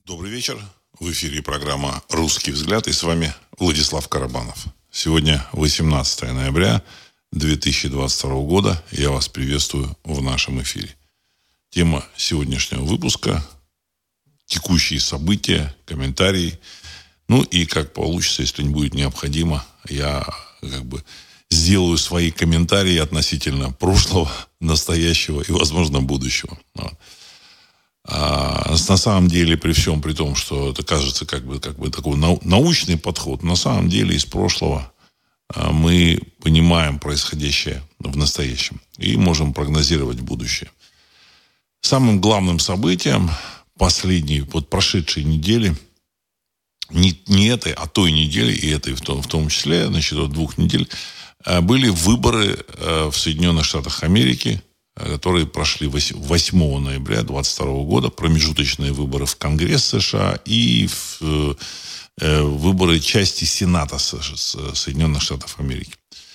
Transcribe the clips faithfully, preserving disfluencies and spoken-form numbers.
Добрый вечер. В эфире программа «Русский взгляд» и с вами Владислав Карабанов. Сегодня восемнадцатое ноября две тысячи двадцать второго года. Я вас приветствую в нашем эфире. Тема сегодняшнего выпуска – текущие события, комментарии. Ну и как получится, если не будет необходимо, я как бы сделаю свои комментарии относительно прошлого, настоящего и, возможно, будущего. Вот. А на самом деле, при всем при том, что это кажется как бы, как бы такой нау- научный подход, на самом деле из прошлого а, мы понимаем происходящее в настоящем и можем прогнозировать будущее. Самым главным событием последней, вот прошедшей недели, не, не этой, а той недели, и этой в том, в том числе, значит, от двух недель, были выборы в Соединенных Штатах Америки, которые прошли восьмого ноября две тысячи двадцать второго года, промежуточные выборы в Конгресс США и в, э, выборы части Сената Соединенных Штатов Америки.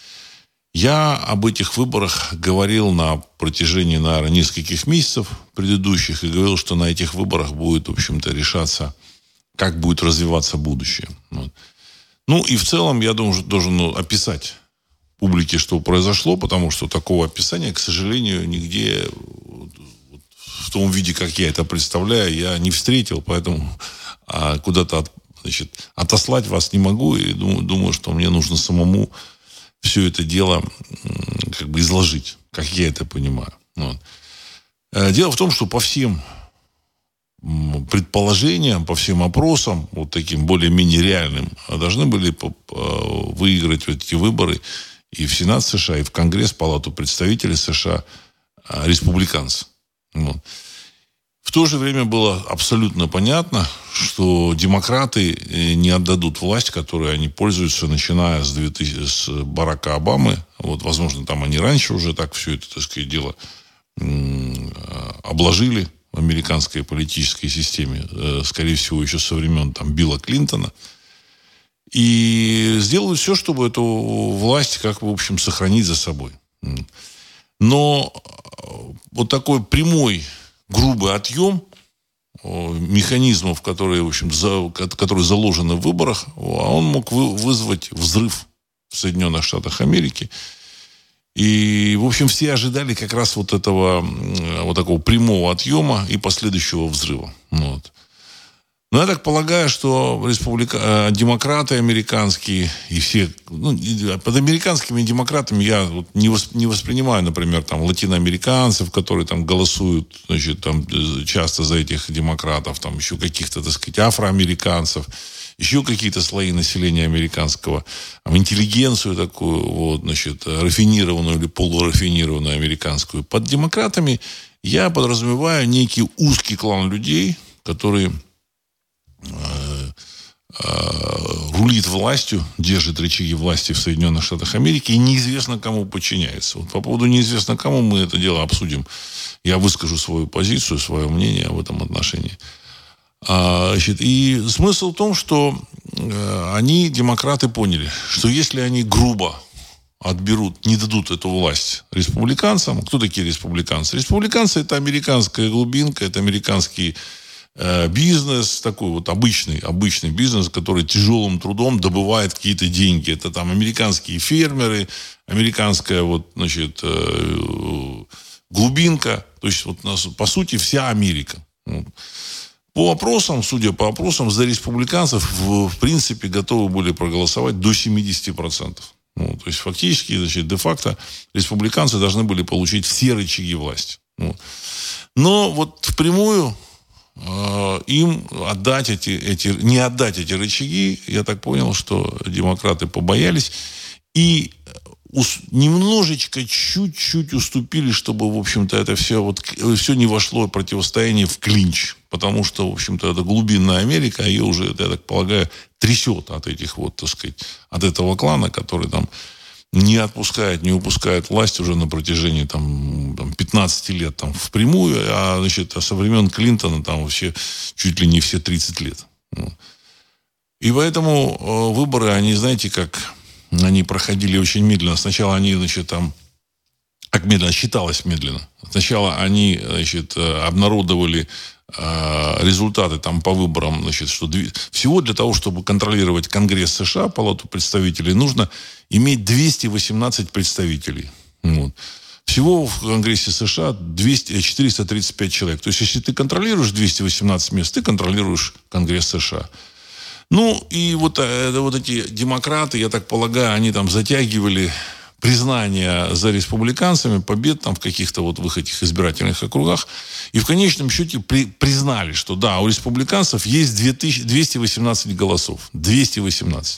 Я об этих выборах говорил на протяжении, наверное, нескольких месяцев предыдущих и говорил, что на этих выборах будет, в общем-то, решаться, как будет развиваться будущее. Вот. Ну и в целом, я думаю, должен ну, описать публике, что произошло, потому что такого описания, к сожалению, нигде в том виде, как я это представляю, я не встретил, поэтому а, куда-то от, значит, отослать вас не могу, и думаю, думаю, что мне нужно самому все это дело как бы изложить, как я это понимаю. Вот. Дело в том, что по всем предположениям, по всем опросам, вот таким более-менее реальным, должны были выиграть вот эти выборы и в Сенат США, и в Конгресс, Палату представителей США республиканцы. Вот. В то же время было абсолютно понятно, что демократы не отдадут власть, которой они пользуются, начиная с, двухтысячного, с Барака Обамы. Вот, возможно, там они раньше уже так все это, так сказать, дело обложили в американской политической системе, скорее всего, еще со времен там, Билла Клинтона. И сделают все, чтобы эту власть, как в общем, сохранить за собой. Но вот такой прямой, грубый отъем механизмов, которые, в общем, за, которые заложены в выборах, он мог вызвать взрыв в Соединенных Штатах Америки. И, в общем, все ожидали как раз вот этого, вот такого прямого отъема и последующего взрыва. Вот. Но я так полагаю, что республика... демократы американские и все... Ну, под американскими демократами я вот не, восп... не воспринимаю, например, там, латиноамериканцев, которые там голосуют, значит, там, часто за этих демократов, там, еще каких-то, так сказать, афроамериканцев, еще какие-то слои населения американского, там, интеллигенцию такую, вот, значит, рафинированную или полурафинированную американскую. Под демократами я подразумеваю некий узкий клан людей, которые... рулит властью, держит рычаги власти в Соединенных Штатах Америки и неизвестно кому подчиняется. Вот по поводу неизвестно кому мы это дело обсудим. Я выскажу свою позицию, свое мнение в этом отношении. А, значит, и смысл в том, что э, они, демократы, поняли, что если они грубо отберут, не дадут эту власть республиканцам. Кто такие республиканцы? Республиканцы – это американская глубинка, это американские бизнес, такой вот обычный, обычный бизнес, который тяжелым трудом добывает какие-то деньги. Это там американские фермеры, американская вот, значит, глубинка. То есть, вот, по сути, вся Америка. По опросам, судя по опросам, за республиканцев в, в принципе готовы были проголосовать до семьдесят процентов. Ну, то есть, фактически, значит, де-факто республиканцы должны были получить все рычаги власти. Ну. Но вот впрямую им отдать эти, эти, не отдать эти рычаги, я так понял, что демократы побоялись и немножечко, чуть-чуть уступили, чтобы, в общем-то, это все, вот, все не вошло противостояние в клинч. Потому что, в общем-то, это глубинная Америка, ее уже, я так полагаю, трясет от этих вот, так сказать, от этого клана, который там не отпускает, не упускает власть уже на протяжении там, там, пятнадцати лет там, впрямую, а, значит, со времен Клинтона там вообще чуть ли не все тридцать лет. И поэтому э, выборы, они, знаете, как они проходили очень медленно. Сначала они, значит, там, как медленно, считалось медленно. Сначала они, значит, обнародовали результаты там по выборам, значит, что всего для того, чтобы контролировать Конгресс США, Палату представителей, нужно иметь двести восемнадцать представителей. Вот. Всего в Конгрессе США двести, четыреста тридцать пять человек. То есть, если ты контролируешь двести восемнадцать мест, ты контролируешь Конгресс США. Ну, и вот, вот эти демократы, я так полагаю, они там затягивали признание за республиканцами, побед там в каких-то вот в их этих избирательных округах. И в конечном счете при, признали, что да, у республиканцев есть двести восемнадцать голосов. двести восемнадцать.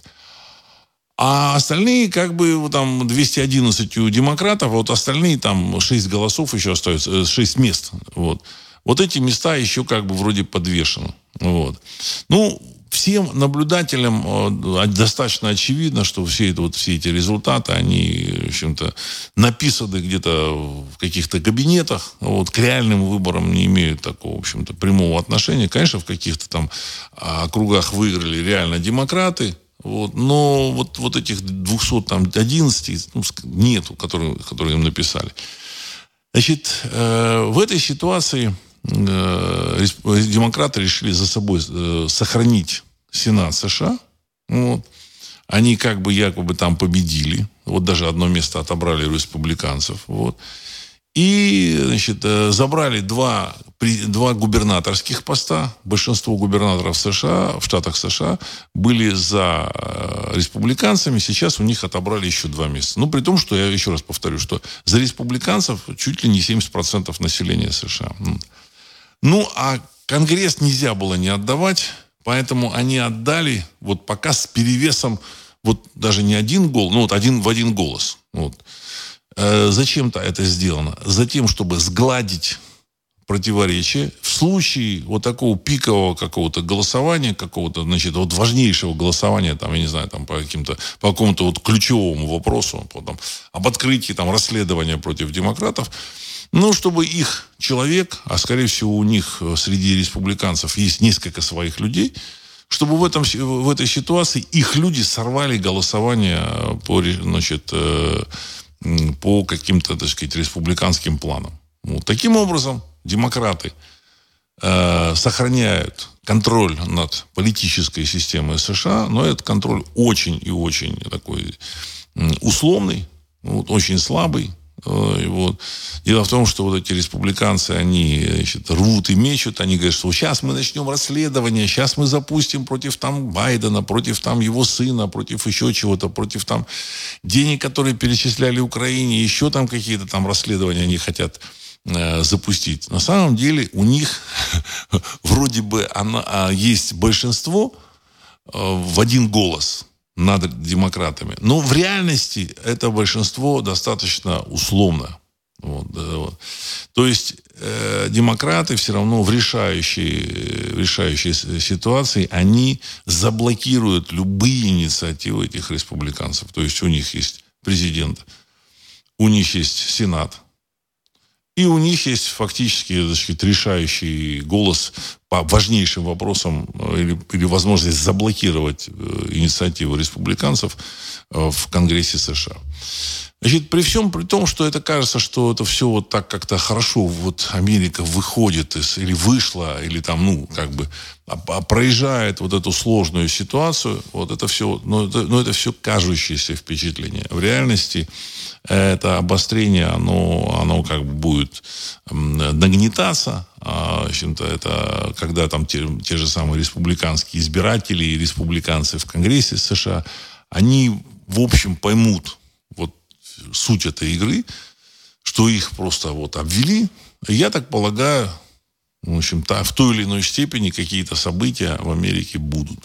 А остальные, как бы, вот там двести одиннадцать у демократов, а вот остальные там шесть голосов еще остаются, шесть мест. Вот. Вот эти места еще как бы вроде подвешены. Вот. Ну, всем наблюдателям достаточно очевидно, что все, это, вот, все эти результаты, они, в общем-то, написаны где-то в каких-то кабинетах, вот, к реальным выборам не имеют такого, в общем-то, прямого отношения. Конечно, в каких-то там округах выиграли реально демократы, вот, но вот, вот этих двухсот одиннадцати ну, нету, которые, которые им написали. Значит, э, в этой ситуации э, демократы решили за собой э, сохранить Сенат США. Вот. Они как бы якобы там победили. Вот даже одно место отобрали у республиканцев. Вот. И, значит, забрали два, два губернаторских поста. Большинство губернаторов США, в штатах США, были за республиканцами. Сейчас у них отобрали еще два места. Ну, при том, что, я еще раз повторю, что за республиканцев чуть ли не семьдесят процентов населения США. Ну, а Конгресс нельзя было не отдавать. Поэтому они отдали вот пока с перевесом вот даже не один голос, ну, вот один в один голос. Вот. Зачем-то это сделано? Затем, чтобы сгладить противоречия в случае вот такого пикового какого-то голосования, какого-то, значит, вот важнейшего голосования, там, я не знаю, там, по каким-то, по какому-то вот ключевому вопросу, по, там, об открытии там расследования против демократов, ну, чтобы их человек, а скорее всего у них среди республиканцев есть несколько своих людей, чтобы в, этом, в этой ситуации их люди сорвали голосование по, значит, по каким-то, так сказать, республиканским планам. Вот. Таким образом, демократы э, сохраняют контроль над политической системой США, но этот контроль очень и очень такой условный, вот, очень слабый. Э, вот. Дело в том, что вот эти республиканцы, они, значит, рвут и мечут, они говорят, что сейчас мы начнем расследование, сейчас мы запустим против там Байдена, против там его сына, против еще чего-то, против там денег, которые перечисляли Украине, еще там какие-то там расследования они хотят э, запустить. На самом деле у них вроде бы она, есть большинство э, в один голос над демократами. Но в реальности это большинство достаточно условно. Вот, да, вот. То есть э, демократы все равно в решающей, в решающей ситуации они заблокируют любые инициативы этих республиканцев. То есть у них есть президент, у них есть Сенат, и у них есть фактически, так сказать, решающий голос по важнейшим вопросам или, или возможность заблокировать инициативу республиканцев в Конгрессе США. Значит, при всем при том, что это кажется, что это все вот так как-то хорошо, вот Америка выходит из, или вышла, или там, ну, как бы проезжает вот эту сложную ситуацию, вот это все, ну, это, ну, это все кажущееся впечатление. В реальности это обострение, оно, оно как бы будет нагнетаться. В общем-то, это когда там те, те же самые республиканские избиратели и республиканцы в Конгрессе США, они, в общем, поймут вот суть этой игры, что их просто вот обвели. Я так полагаю, в общем-то, в той или иной степени какие-то события в Америке будут.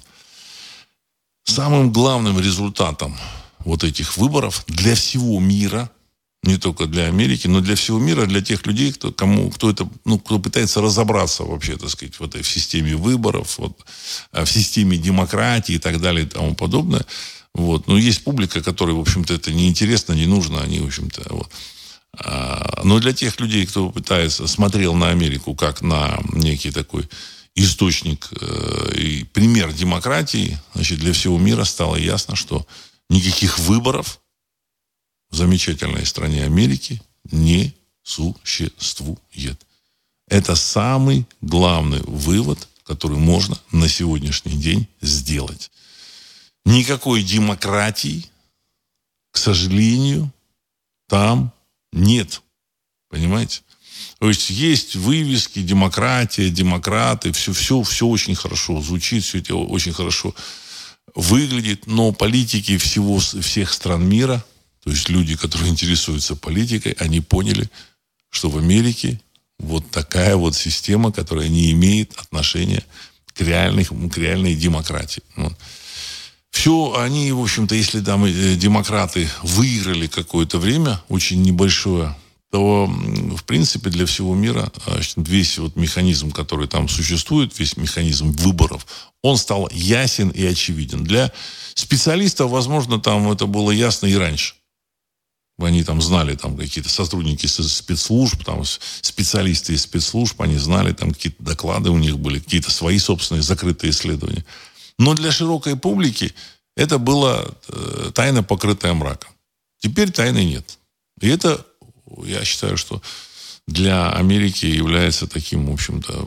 Самым главным результатом вот этих выборов для всего мира, не только для Америки, но для всего мира, для тех людей, кто, кому, кто, это, ну, кто пытается разобраться вообще, так сказать, в этой в системе выборов, вот, в системе демократии и так далее и тому подобное. Вот. Но есть публика, которой, в общем-то, это неинтересно, не нужно. Они, в общем-то, вот. Но для тех людей, кто пытается, смотрел на Америку как на некий такой источник э, и пример демократии, значит, для всего мира стало ясно, что никаких выборов в замечательной стране Америки не существует. Это самый главный вывод, который можно на сегодняшний день сделать. Никакой демократии, к сожалению, там нет. Понимаете? То есть есть вывески, демократия, демократы, все, все, все очень хорошо звучит, все это очень хорошо выглядит, но политики всего, всех стран мира, то есть люди, которые интересуются политикой, они поняли, что в Америке вот такая вот система, которая не имеет отношения к реальной, к реальной демократии. Вот. Все, они, в общем-то, если там демократы выиграли какое-то время, очень небольшое, то, в принципе, для всего мира весь вот механизм, который там существует, весь механизм выборов, он стал ясен и очевиден. Для специалистов, возможно, там это было ясно и раньше. Они там знали, там какие-то сотрудники спецслужб, там специалисты из спецслужб, они знали, там какие-то доклады у них были, какие-то свои собственные закрытые исследования. Но для широкой публики это было э, тайна, покрытая мраком. Теперь тайны нет. И это, я считаю, что для Америки является таким, в общем-то,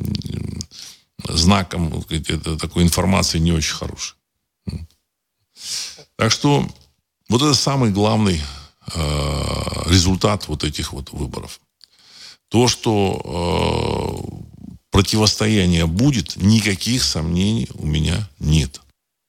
знаком такой информации не очень хорошей. Так что вот это самый главный э, результат вот этих вот выборов. То, что э, противостояние будет, никаких сомнений у меня нет.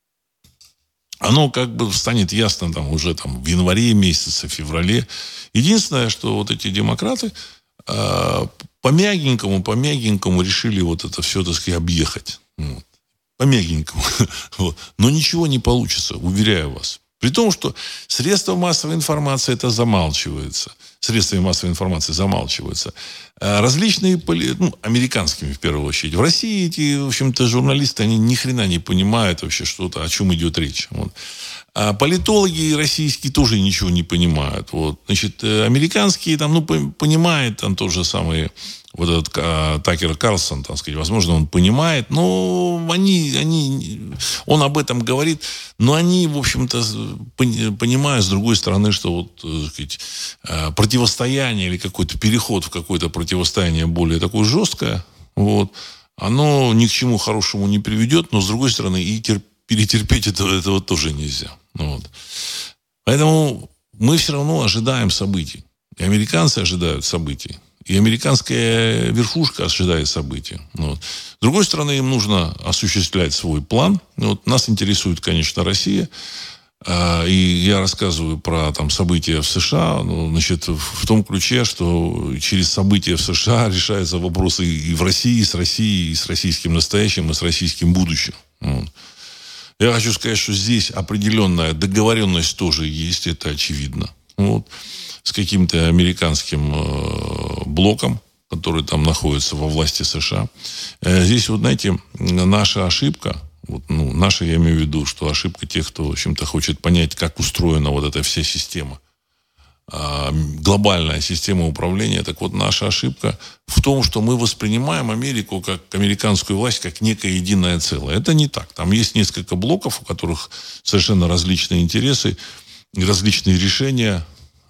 Оно как бы станет ясно там, уже там, в январе месяце, в феврале. Единственное, что вот эти демократы э, по-мягенькому, по-мягенькому решили вот это все, так сказать, объехать. Вот. По-мягенькому. Вот. Но ничего не получится, уверяю вас. При том, что средства массовой информации это замалчивается. Средствами массовой информации замалчиваются. Различные, ну, американскими в первую очередь. В России эти, в общем-то, журналисты, они ни хрена не понимают вообще что-то, о чем идет речь. Вот. А политологи российские тоже ничего не понимают. Вот. Значит, американские там, ну, понимают там тот же самый вот этот а, Такер Карлсон, так сказать, возможно, он понимает, но они, они, он об этом говорит, но они, в общем-то, понимают, с другой стороны, что вот, так сказать, противостояние или какой-то переход в какое-то противостояние более такое жесткое, вот, оно ни к чему хорошему не приведет, но, с другой стороны, и терп, перетерпеть этого, этого тоже нельзя. Вот. Поэтому мы все равно ожидаем событий. И американцы ожидают событий. И американская верхушка ожидает событий. Вот. С другой стороны, им нужно осуществлять свой план. Вот. Нас интересует, конечно, Россия. И я рассказываю про там, события в США, ну, значит, в том ключе, что через события в США решаются вопросы и в России, и с Россией, и с российским настоящим, и с российским будущим. Вот. Я хочу сказать, что здесь определенная договоренность тоже есть, это очевидно. Вот. С каким-то американским э, блоком, который там находится во власти США. Э, здесь, вот знаете, наша ошибка, вот, ну, наша, я имею в виду, что ошибка тех, кто, в общем-то, хочет понять, как устроена вот эта вся система, э, глобальная система управления. Так вот, наша ошибка в том, что мы воспринимаем Америку, как американскую власть, как некое единое целое. Это не так. Там есть несколько блоков, у которых совершенно различные интересы, различные решения,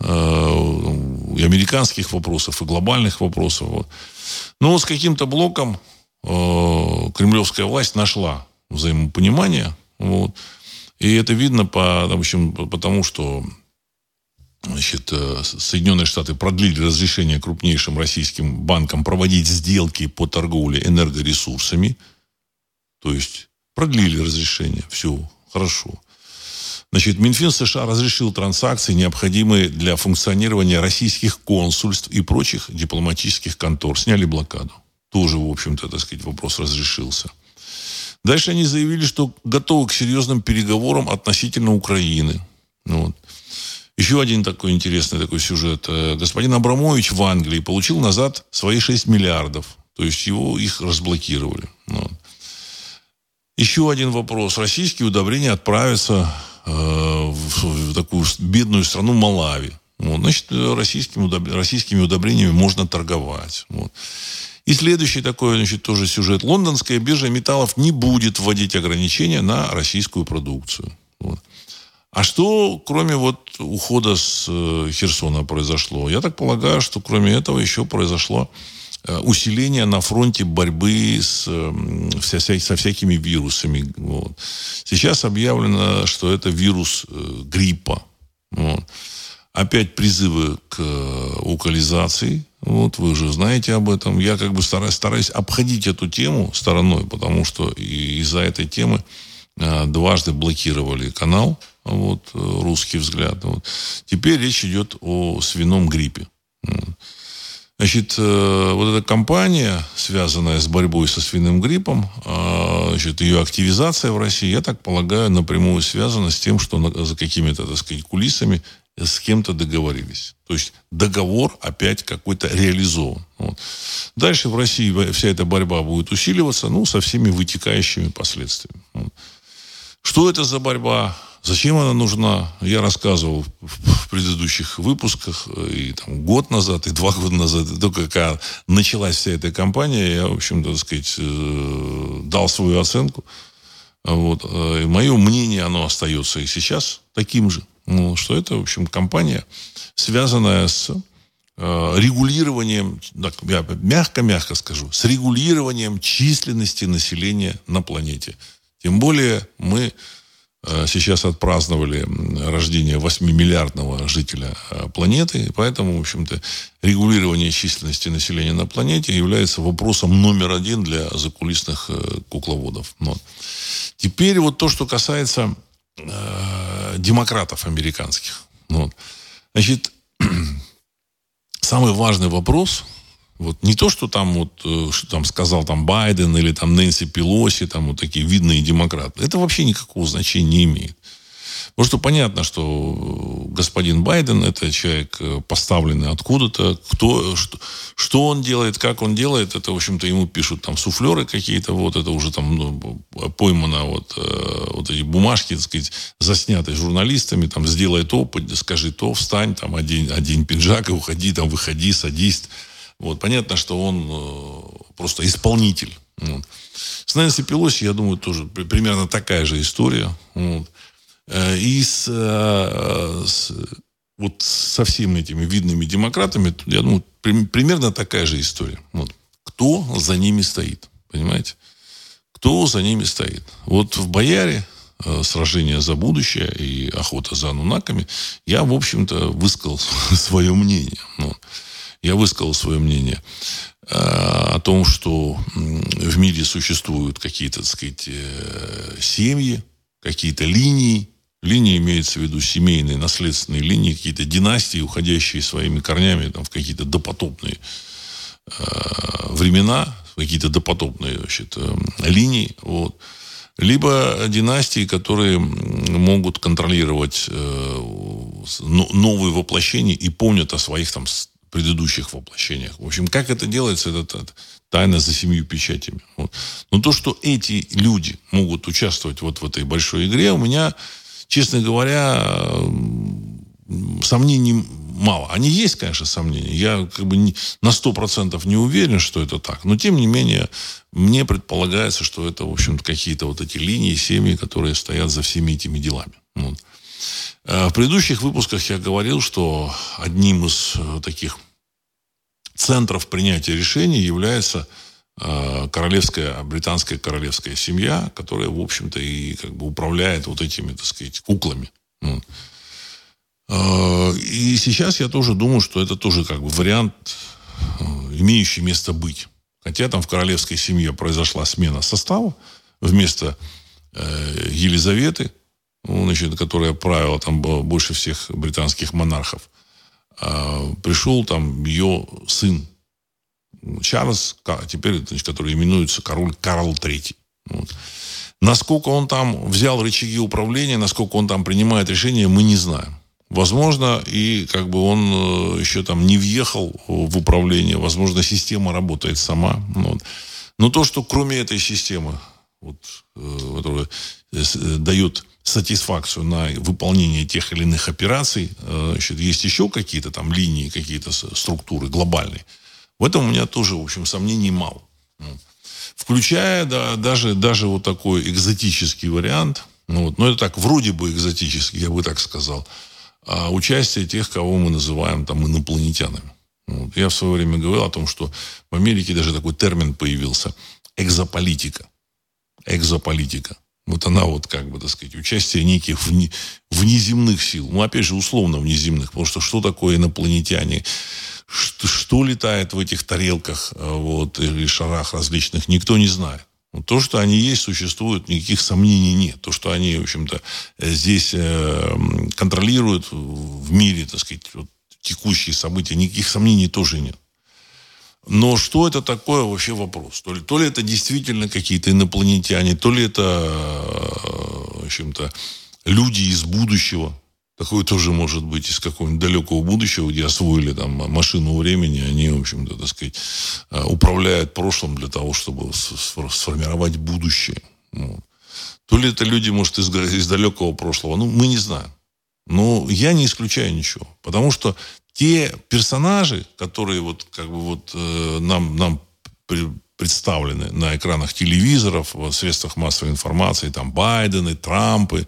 и американских вопросов, и глобальных вопросов. Вот. Но вот с каким-то блоком э, кремлевская власть нашла взаимопонимание. Вот. И это видно по, в общем, потому, что значит, Соединенные Штаты продлили разрешение крупнейшим российским банкам проводить сделки по торговле энергоресурсами. То есть продлили разрешение. Все хорошо. Значит, Минфин США разрешил транзакции, необходимые для функционирования российских консульств и прочих дипломатических контор. Сняли блокаду. Тоже, в общем-то, так сказать, вопрос разрешился. Дальше они заявили, что готовы к серьезным переговорам относительно Украины. Вот. Еще один такой интересный такой сюжет. Господин Абрамович в Англии получил назад свои шесть миллиардов. То есть его их разблокировали. Вот. Еще один вопрос. Российские удобрения отправятся в такую бедную страну Малави. Вот. Значит, российскими, удоб... российскими удобрениями можно торговать. Вот. И следующий такой, значит, тоже сюжет. Лондонская биржа металлов не будет вводить ограничения на российскую продукцию. Вот. А что, кроме вот ухода с Херсона произошло? Я так полагаю, что кроме этого еще произошло усиление на фронте борьбы с, вся, со всякими вирусами. Вот. Сейчас объявлено, что это вирус гриппа. Вот. Опять призывы к локализации. Вот, вы уже знаете об этом. Я как бы стараюсь, стараюсь обходить эту тему стороной, потому что из-за этой темы дважды блокировали канал, вот, «Русский взгляд». Вот. Теперь речь идет о свином гриппе. Значит, вот эта кампания, связанная с борьбой со свиным гриппом, значит, ее активизация в России, я так полагаю, напрямую связана с тем, что за какими-то, так сказать, кулисами с кем-то договорились. То есть договор опять какой-то реализован. Вот. Дальше в России вся эта борьба будет усиливаться, ну, со всеми вытекающими последствиями. Вот. Что это за борьба? Зачем она нужна? Я рассказывал в предыдущих выпусках и там, год назад, и два года назад. И только когда началась вся эта кампания, я, в общем-то, так сказать, дал свою оценку. Вот. И мое мнение, оно остается и сейчас таким же. Ну, что это, в общем, кампания, связанная с э, регулированием, так, я мягко-мягко скажу, с регулированием численности населения на планете. Тем более мы э, сейчас отпраздновали рождение восьмимиллиардного жителя э, планеты, и поэтому, в общем-то, регулирование численности населения на планете является вопросом номер один для закулисных э, кукловодов. Вот. Теперь вот то, что касается демократов американских. Вот. Значит, самый важный вопрос, вот не то, что там, вот, что там сказал там Байден или там Нэнси Пелоси, там вот такие видные демократы, это вообще никакого значения не имеет. Потому что понятно, что господин Байден это человек поставленный откуда-то, кто, что, что он делает, как он делает, это, в общем-то, ему пишут там суфлеры какие-то, вот это уже там ну, поймано вот, вот эти бумажки, так сказать, засняты журналистами, там, сделай то, скажи то, встань, там, одень, одень пиджак и уходи, там, выходи, садись. Вот, понятно, что он просто исполнитель. Вот. С Нэнси Пелоси, я думаю, тоже примерно такая же история. Вот. И с, с, вот со всеми этими видными демократами, я думаю, при, примерно такая же история. Вот. Кто за ними стоит, понимаете? Кто за ними стоит? Вот в «Бояре», «Сражение за будущее» и «Охота за ануннаками» я, в общем-то, высказал свое мнение. Вот. Я высказал свое мнение о том, что в мире существуют какие-то, так сказать, семьи, какие-то линии. Линии имеются в виду семейные, наследственные линии, какие-то династии, уходящие своими корнями там, в какие-то допотопные э, времена, какие-то допотопные значит, э, линии. Вот. Либо династии, которые могут контролировать э, новые воплощения и помнят о своих там, предыдущих воплощениях. В общем, как это делается, это тайна за семью печатями. Вот. Но то, что эти люди могут участвовать вот в этой большой игре, у меня, честно говоря, сомнений мало. Они есть, конечно, сомнения. Я как бы не, на сто процентов не уверен, что это так. Но, тем не менее, мне предполагается, что это, в общем-то, какие-то вот эти линии, семьи, которые стоят за всеми этими делами. Вот. В предыдущих выпусках я говорил, что одним из таких центров принятия решений является королевская, британская королевская семья, которая, в общем-то, и как бы управляет вот этими, так сказать, куклами. Вот. И сейчас я тоже думаю, что это тоже как бы вариант, имеющий место быть. Хотя там в королевской семье произошла смена состава. Вместо э, Елизаветы, ну, значит, которая правила там больше всех британских монархов, э, пришел там ее сын Чарльз, теперь, значит, который именуется король Карл Третий. Вот. Насколько он там взял рычаги управления, насколько он там принимает решения, мы не знаем. Возможно, и как бы он еще там не въехал в управление. Возможно, система работает сама. Вот. Но то, что кроме этой системы, вот, которая дает сатисфакцию на выполнение тех или иных операций, значит, есть еще какие-то там линии, какие-то структуры глобальные. В этом у меня тоже, в общем, сомнений мало. Включая да, даже, даже вот такой экзотический вариант. Ну, вот, но это так, вроде бы экзотический, я бы так сказал. А участие тех, кого мы называем там инопланетянами. Вот. Я в свое время говорил о том, что в Америке даже такой термин появился – экзополитика. Экзополитика. Вот она вот, как бы, так сказать, участие неких вне, внеземных сил. Ну, опять же, условно внеземных. Потому что что такое инопланетяне? Что, что летает в этих тарелках вот, или шарах различных, никто не знает. Вот то, что они есть, существует, никаких сомнений нет. То, что они, в общем-то, здесь э, контролируют в мире, так сказать, вот, текущие события, никаких сомнений тоже нет. Но что это такое, вообще вопрос. То ли, то ли это действительно какие-то инопланетяне, то ли это, в общем-то, люди из будущего. Такое тоже может быть из какого-нибудь далекого будущего, где освоили там машину времени, они, в общем-то, так сказать, управляют прошлым для того, чтобы сформировать будущее. Ну, то ли это люди, может, из, из далекого прошлого. Ну, мы не знаем. Но я не исключаю ничего. Потому что те персонажи, которые вот, как бы вот, э, нам, нам представлены на экранах телевизоров, в средствах массовой информации, там Байдены, Трампы,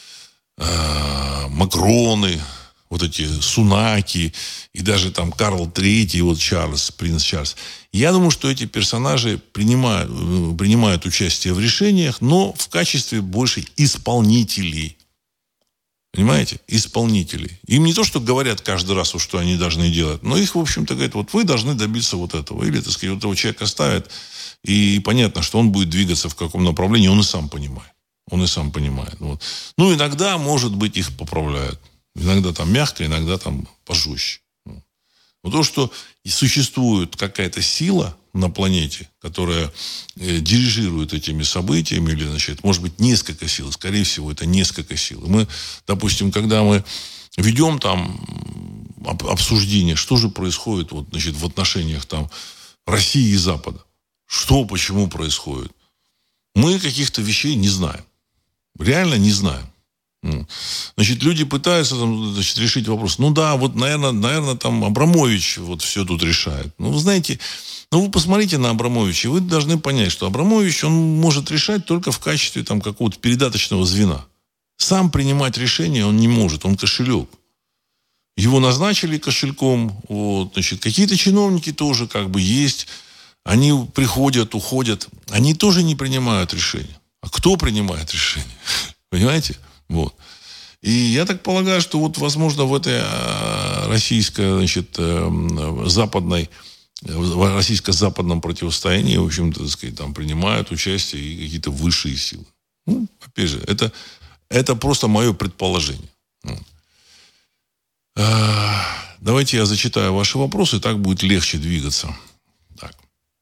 э, Макроны, вот эти Сунаки, и даже там Карл Третий, вот Чарльз, принц Чарльз. Я думаю, что эти персонажи принимают, принимают участие в решениях, но в качестве больше исполнителей. Понимаете? Исполнителей. Им не то, что говорят каждый раз, что они должны делать, но их, в общем-то, говорят, вот вы должны добиться вот этого. Или, так сказать, вот этого человека ставят, и понятно, что он будет двигаться в каком направлении, он и сам понимает. Он и сам понимает. Вот. Ну, иногда, может быть, их поправляют. Иногда там мягко, иногда там пожестче. Но то, что существует какая-то сила на планете, которая э, дирижирует этими событиями, или, значит, может быть, несколько сил, скорее всего, это несколько сил. И мы, допустим, когда мы ведем там об, обсуждение, что же происходит вот, значит, в отношениях там России и Запада, что, почему происходит, мы каких-то вещей не знаем. Реально не знаем. Значит, люди пытаются там, значит, решить вопрос. Ну да, вот, наверное, наверное, там Абрамович вот все тут решает. Ну, вы знаете, ну вы посмотрите на Абрамовича, и вы должны понять, что Абрамович, он может решать только в качестве там какого-то передаточного звена. Сам принимать решения он не может, он кошелек. Его назначили кошельком, вот, значит, какие-то чиновники тоже как бы есть, они приходят, уходят, они тоже не принимают решения. А кто принимает решения? Понимаете? Вот. И я так полагаю, что вот, возможно, в этой российской, значит, западной, в российско-западном противостоянии, в общем-то, так сказать, там принимают участие и какие-то высшие силы. Ну, опять же, это, это просто мое предположение. Давайте я зачитаю ваши вопросы, так будет легче двигаться. Так.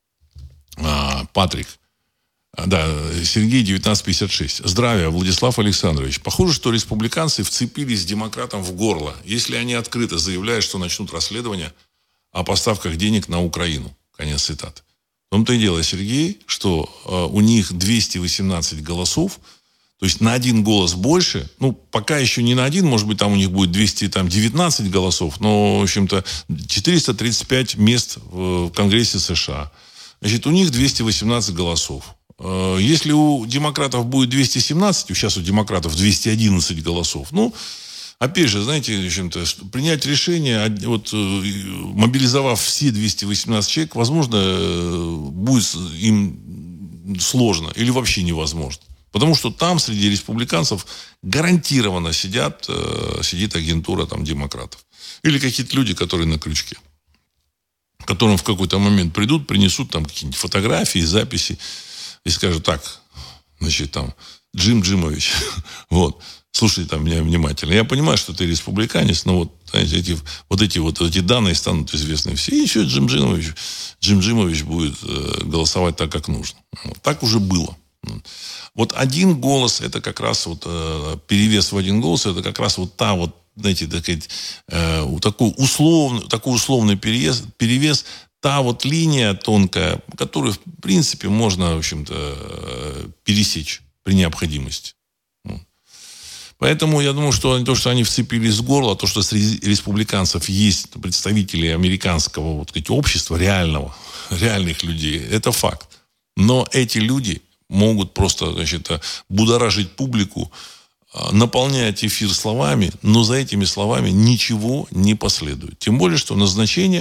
Патрик. Да, Сергей, девятнадцать пятьдесят шесть. Здравия, Владислав Александрович. Похоже, что республиканцы вцепились демократам в горло, если они открыто заявляют, что начнут расследование о поставках денег на Украину. Конец цитаты. В том-то и дело, Сергей, что э, у них двести восемнадцать голосов, то есть на один голос больше, ну, пока еще не на один, может быть, там у них будет двести девятнадцать голосов, но, в общем-то, четыреста тридцать пять мест в Конгрессе США. Значит, у них двести восемнадцать голосов. Если у демократов будет двести семнадцать, сейчас у демократов двести одиннадцать голосов, ну, опять же, знаете, в общем-то, принять решение, вот, мобилизовав все двести восемнадцать человек, возможно, будет им сложно или вообще невозможно. Потому что там среди республиканцев гарантированно сидят, сидит агентура там, демократов. Или какие-то люди, которые на крючке. Которым в какой-то момент придут, принесут там какие-нибудь фотографии, записи. И скажут, так, значит, там, Джим Джимович, вот, слушай там меня внимательно. Я понимаю, что ты республиканец, но вот, знаете, эти, вот, эти, вот эти данные станут известны все. И еще Джим Джимович, Джим Джимович будет э, голосовать так, как нужно. Вот, так уже было. Вот один голос, это как раз вот э, перевес в один голос, это как раз вот та вот, знаете, такой, э, такой, условный, такой условный перевес, перевес та вот линия тонкая, которую, в принципе, можно, в общем-то, пересечь при необходимости. Поэтому я думаю, что то, что они вцепились в горло, то, что среди республиканцев есть представители американского, вот, сказать, общества, реального, реальных людей, это факт. Но эти люди могут просто, значит, будоражить публику, наполнять эфир словами, но за этими словами ничего не последует. Тем более, что назначение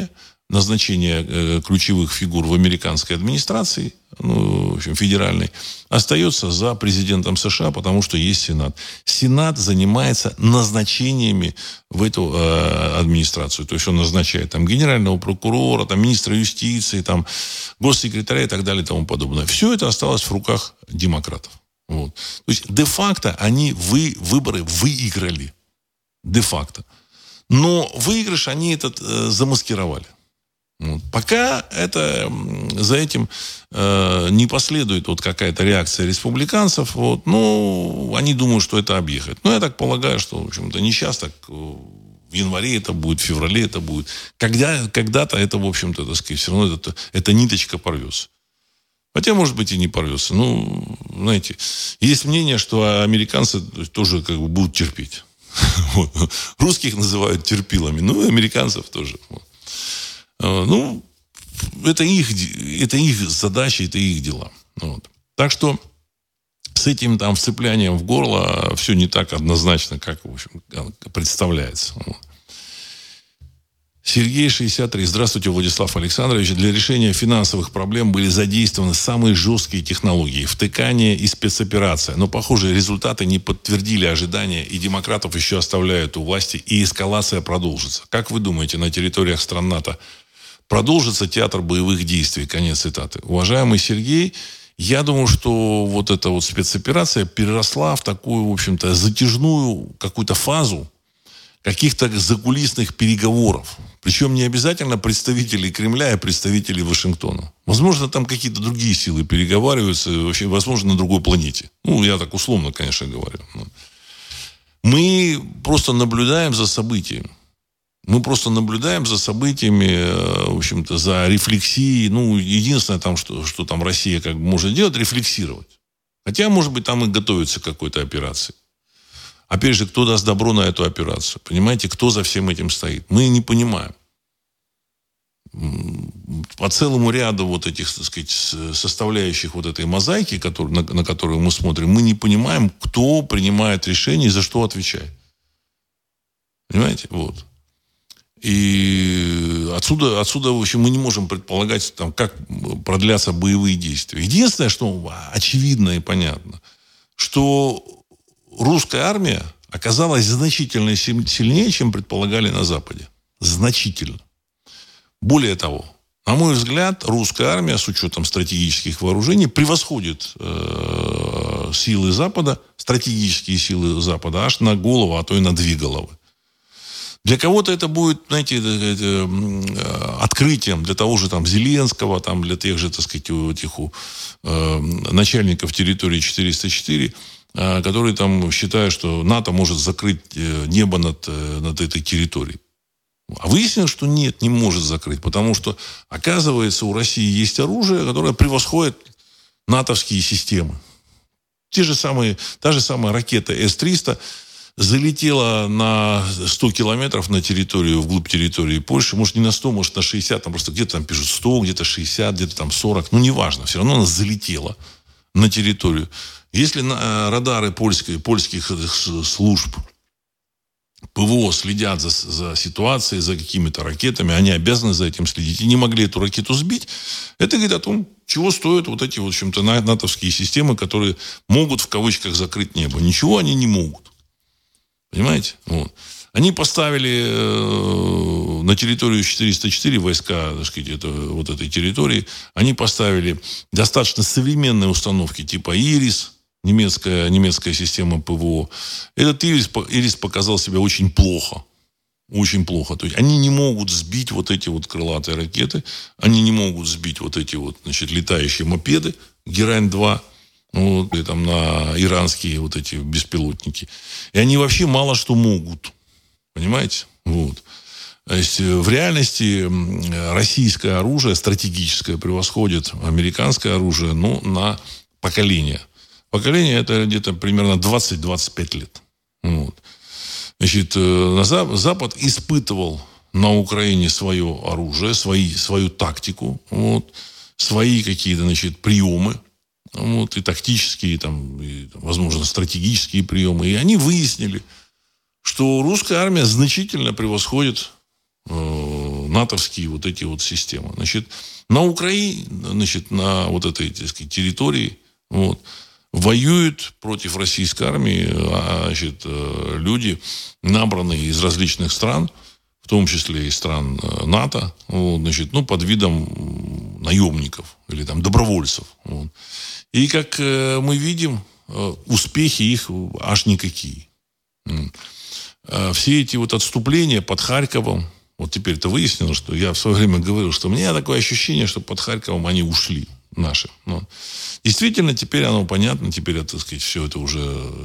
назначения э, ключевых фигур в американской администрации, ну, в общем, федеральной, остается за президентом США, потому что есть Сенат. Сенат занимается назначениями в эту э, администрацию. То есть он назначает там генерального прокурора, там, министра юстиции, там, госсекретаря и так далее и тому подобное. Все это осталось в руках демократов. Вот. То есть де-факто они вы, выборы выиграли. Де-факто. Но выигрыш они этот э, замаскировали. Вот. Пока это, за этим э, не последует вот какая-то реакция республиканцев, вот, ну, они думают, что это объехать. Но я так полагаю, что, в общем-то, не сейчас, так в январе это будет, в феврале это будет. Когда, когда-то это, в общем-то, так сказать, все равно это, эта ниточка порвется. Хотя, может быть, и не порвется. Ну, знаете, есть мнение, что американцы тоже как бы будут терпеть. Вот. Русских называют терпилами, ну и американцев тоже. Вот. Ну, это их, это их задача, это их дела. Вот. Так что с этим там вцеплянием в горло все не так однозначно, как, в общем, представляется. Вот. Сергей, шестьдесят три. Здравствуйте, Владислав Александрович. Для решения финансовых проблем были задействованы самые жесткие технологии. Втыкание и спецоперация. Но, похоже, результаты не подтвердили ожидания, и демократов еще оставляют у власти, и эскалация продолжится. Как вы думаете, на территориях стран НАТО продолжится театр боевых действий? Конец цитаты. Уважаемый Сергей, я думаю, что вот эта вот спецоперация переросла в такую, в общем-то, затяжную какую-то фазу каких-то закулисных переговоров. Причем не обязательно представителей Кремля и представителей Вашингтона. Возможно, там какие-то другие силы переговариваются, вообще, возможно, на другой планете. Ну, я так условно, конечно, говорю. Мы просто наблюдаем за событиями. Мы просто наблюдаем за событиями, в общем-то, за рефлексией. Ну, единственное, там, что, что там Россия как бы может делать, рефлексировать. Хотя, может быть, там и готовится к какой-то операции. Опять же, кто даст добро на эту операцию? Понимаете, кто за всем этим стоит? Мы не понимаем. По целому ряду вот этих, так сказать, составляющих вот этой мозаики, который, на, на которую мы смотрим, мы не понимаем, кто принимает решение и за что отвечает. Понимаете? Вот. И отсюда, отсюда, в общем, мы не можем предполагать, там, как продлятся боевые действия. Единственное, что очевидно и понятно, что русская армия оказалась значительно сильнее, чем предполагали на Западе. Значительно. Более того, на мой взгляд, русская армия с учетом стратегических вооружений превосходит э, силы Запада, стратегические силы Запада аж на голову, а то и на две головы. Для кого-то это будет, знаете, открытием для того же там Зеленского, там, для тех же, так сказать, этих, э, начальников территории четыреста четыре, э, которые там считают, что НАТО может закрыть небо над, над этой территорией. А выяснилось, что нет, не может закрыть, потому что, оказывается, у России есть оружие, которое превосходит натовские системы. Те же самые, та же самая ракета эс триста залетела на сто километров на территорию, вглубь территории Польши. Может, не на сто, может, на шестьдесят. Там просто где-то там пишут сто, где-то шестьдесят, где-то там сорок. Ну, неважно. Все равно она залетела на территорию. Если на, радары польской, польских служб ПВО следят за, за ситуацией, за какими-то ракетами, они обязаны за этим следить, и не могли эту ракету сбить, это говорит о том, чего стоят вот эти, в общем-то, натовские системы, которые могут, в кавычках, закрыть небо. Ничего они не могут. Понимаете? Вот. Они поставили э, на территорию четыреста четыре войска, так сказать, это, вот этой территории, они поставили достаточно современные установки типа «Ирис», немецкая, немецкая система ПВО. Этот «Ирис», «Ирис» показал себя очень плохо. Очень плохо. То есть они не могут сбить вот эти вот крылатые ракеты, они не могут сбить вот эти вот, значит, летающие мопеды Герань-два, вот, и там на иранские вот эти беспилотники. И они вообще мало что могут. Понимаете? Вот. То есть в реальности российское оружие стратегическое превосходит американское оружие, ну, на поколение. Поколение это где-то примерно двадцать-двадцать пять лет. Вот. Значит, Запад испытывал на Украине свое оружие, свои, свою тактику, вот, свои какие-то, значит, приемы. Вот, и тактические, там, и, возможно, стратегические приемы. И они выяснили, что русская армия значительно превосходит э, натовские вот эти вот системы. Значит, на Украине, значит, на вот этой, так сказать, территории, вот, воюют против российской армии, значит, люди, набранные из различных стран, в том числе и стран НАТО, вот, значит, ну, под видом наемников или там добровольцев. Вот. И, как мы видим, успехи их аж никакие. Все эти вот отступления под Харьковом, вот теперь это выяснилось, что я в свое время говорил, что у меня такое ощущение, что под Харьковом они ушли, наши. Но действительно, теперь оно понятно, теперь, так сказать, все это уже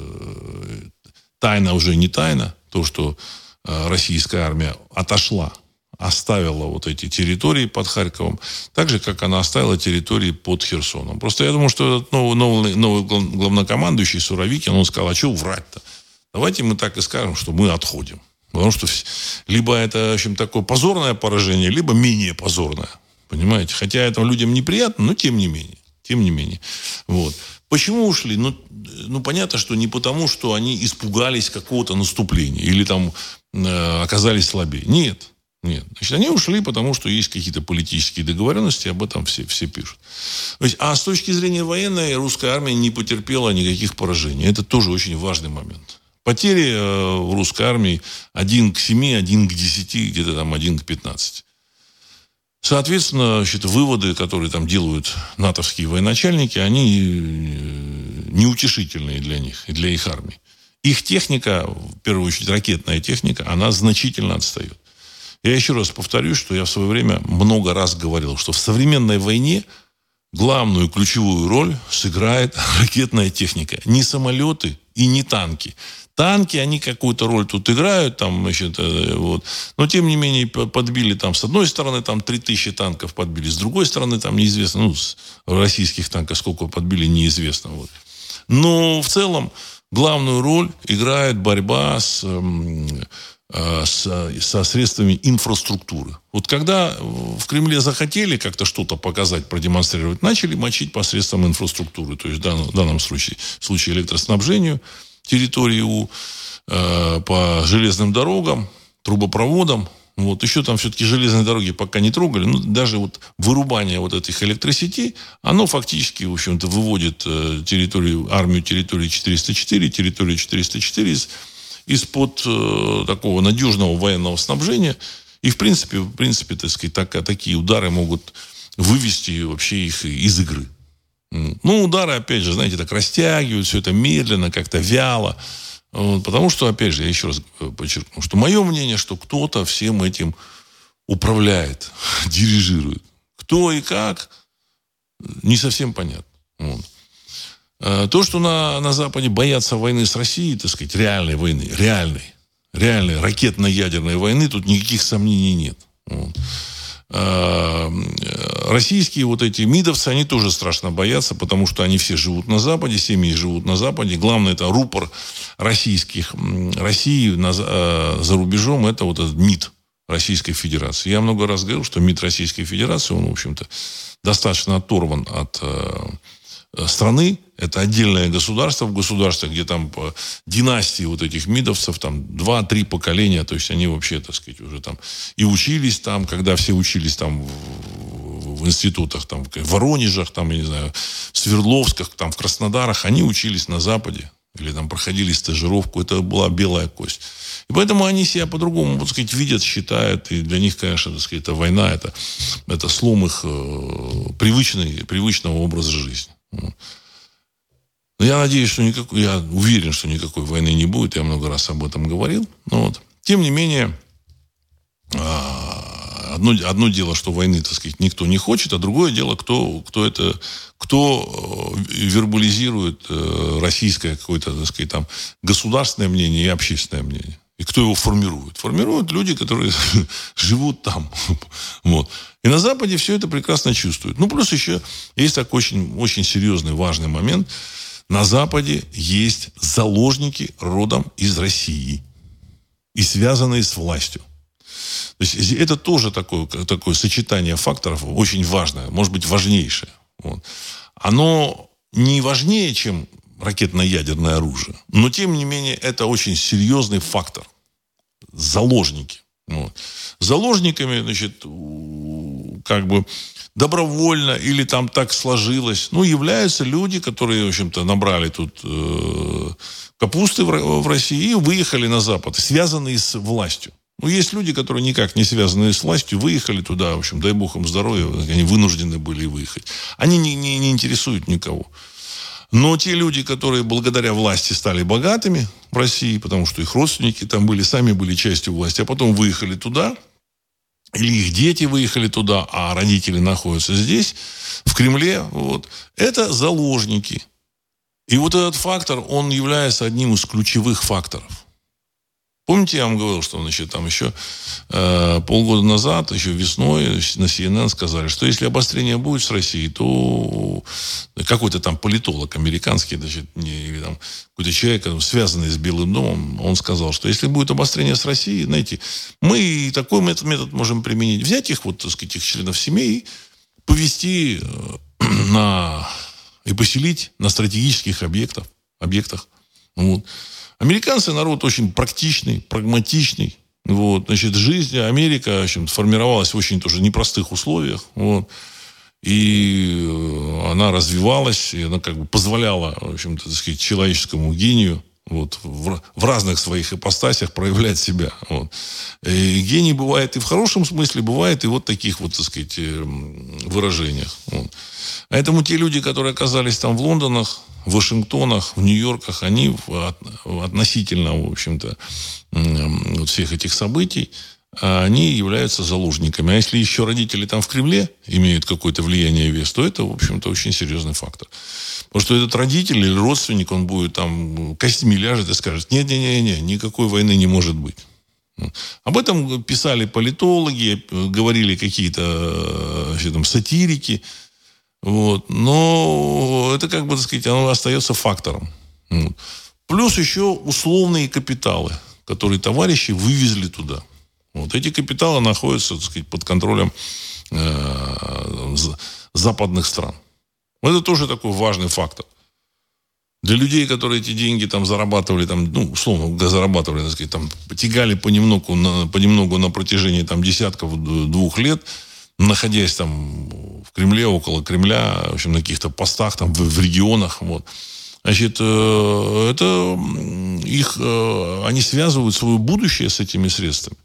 тайна уже не тайна, то, что российская армия отошла, оставила вот эти территории под Харьковом, так же, как она оставила территории под Херсоном. Просто я думаю, что этот новый, новый, новый главнокомандующий Суровикин, он сказал, а что врать-то? Давайте мы так и скажем, что мы отходим. Потому что либо это, в общем, такое позорное поражение, либо менее позорное. Понимаете? Хотя это людям неприятно, но тем не менее. Тем не менее. Вот. Почему ушли? Ну, ну, понятно, что не потому, что они испугались какого-то наступления или там э, оказались слабее. Нет. Нет. Значит, они ушли, потому что есть какие-то политические договоренности, об этом все, все пишут. То есть, а с точки зрения военной, русская армия не потерпела никаких поражений. Это тоже очень важный момент. Потери э, в русской армии один к семи, один к десяти, где-то там один к пятнадцати. Соответственно, значит, выводы, которые там делают натовские военачальники, они неутешительные для них и для их армии. Их техника, в первую очередь ракетная техника, она значительно отстает. Я еще раз повторюсь, что я в свое время много раз говорил, что в современной войне главную ключевую роль сыграет ракетная техника. Не самолеты и не танки. Танки, они какую-то роль тут играют, там, значит, вот. Но, тем не менее, подбили там, с одной стороны, там, три тысячи танков подбили, с другой стороны, там, неизвестно, ну, с российских танков сколько подбили, неизвестно. Вот. Но, в целом, главную роль играет борьба с, с, со средствами инфраструктуры. Вот когда в Кремле захотели как-то что-то показать, продемонстрировать, начали мочить посредством инфраструктуры, то есть в данном, в данном случае, в случае электроснабжению, территории у, э, по железным дорогам, трубопроводам. Вот. Еще там все-таки железные дороги пока не трогали. Ну, даже вот вырубание вот этих электросетей, оно фактически, в общем-то, выводит э, территорию, армию территории четыреста четыре, территорию четыреста четыре из, из-под э, такого надежного военного снабжения. И, в принципе, в принципе, так сказать, так, такие удары могут вывести вообще их из игры. Ну, удары, опять же, знаете, так растягивают, все это медленно, как-то вяло. Вот, потому что, опять же, я еще раз подчеркну, что мое мнение, что кто-то всем этим управляет, дирижирует. Кто и как, не совсем понятно. Вот. То, что на, на Западе боятся войны с Россией, так сказать, реальной войны, реальной, реальной ракетно-ядерной войны, тут никаких сомнений нет. Вот. Российские вот эти мидовцы, они тоже страшно боятся, потому что они все живут на Западе, семьи живут на Западе. Главное, это рупор российских, России на, за рубежом, это вот этот МИД Российской Федерации. Я много раз говорил, что МИД Российской Федерации, он, в общем-то, достаточно оторван от страны. Это отдельное государство в государстве, где там по династии вот этих мидовцев, там два-три поколения, то есть они вообще, так сказать, уже там и учились там, когда все учились там в, в институтах, там в Воронежах, там, я не знаю, в Свердловсках, там в Краснодарах, они учились на Западе или там проходили стажировку, это была белая кость. И поэтому они себя по-другому, так сказать, видят, считают, и для них, конечно, так сказать, это война, это, это слом их э, привычный, привычного образа жизни. Но я надеюсь, что никакой, я уверен, что никакой войны не будет. Я много раз об этом говорил. Но вот, тем не менее, одно, одно дело, что войны, так сказать, никто не хочет, а другое дело, кто, кто это, кто вербализирует российское какое-то, так сказать, там, государственное мнение и общественное мнение. И кто его формирует? Формируют люди, которые живут там. Вот. И на Западе все это прекрасно чувствуют. Ну, плюс еще есть такой очень, очень серьезный, важный момент. На Западе есть заложники родом из России. И связанные с властью. То есть это тоже такое, такое сочетание факторов очень важное. Может быть, важнейшее. Вот. Оно не важнее, чем ракетно-ядерное оружие. Но, тем не менее, это очень серьезный фактор. Заложники. Вот. Заложниками, значит, как бы добровольно или там так сложилось, ну, являются люди, которые, в общем-то, набрали тут э, капусты в, в России и выехали на Запад, связанные с властью. Ну, есть люди, которые никак не связаны с властью, выехали туда, в общем, дай бог им здоровья, они вынуждены были выехать. Они не, не, не интересуют никого. Но те люди, которые благодаря власти стали богатыми в России, потому что их родственники там были, сами были частью власти, а потом выехали туда, или их дети выехали туда, а родители находятся здесь, в Кремле, вот, это заложники. И вот этот фактор, он является одним из ключевых факторов. Помните, я вам говорил, что, значит, там еще э, полгода назад, еще весной на си эн эн сказали, что если обострение будет с Россией, то какой-то там политолог американский, значит, не, или там какой-то человек, связанный с Белым домом, он сказал, что если будет обострение с Россией, знаете, мы и такой метод, метод можем применить. Взять их, вот, так сказать, их членов семей, повести на... и поселить на стратегических объектах. объектах. Вот. Американцы народ очень практичный, прагматичный. Вот. Значит, жизнь Америка, в общем, сформировалась в очень тоже непростых условиях. Вот. И она развивалась, и она как бы позволяла, в общем-то, так сказать, человеческому гению вот, в, в разных своих ипостасях проявлять себя. Вот. И гений бывает и в хорошем смысле, бывает и вот таких вот, так сказать, выражениях. Вот. Поэтому те люди, которые оказались там в Лондонах, в Вашингтонах, в Нью-Йорках, они относительно, в общем-то, вот всех этих событий, они являются заложниками. А если еще родители там в Кремле имеют какое-то влияние и вес, то это, в общем-то, очень серьезный фактор. Потому что этот родитель или родственник, он будет там костями ляжет и скажет, нет-нет-нет, никакой войны не может быть. Об этом писали политологи, говорили какие-то там, сатирики. Вот. Но это, как бы, так сказать, оно остается фактором. Вот. Плюс еще условные капиталы, которые товарищи вывезли туда. Вот. Эти капиталы находятся, так сказать, под контролем э, западных стран. Это тоже такой важный фактор. Для людей, которые эти деньги там зарабатывали, там, ну, условно, зарабатывали, так сказать, там, потягали понемногу на, понемногу на протяжении там, десятков двух лет, находясь там в Кремле, около Кремля, в общем, на каких-то постах там в, в регионах, вот. Значит, э, это их, э, они связывают свое будущее с этими средствами.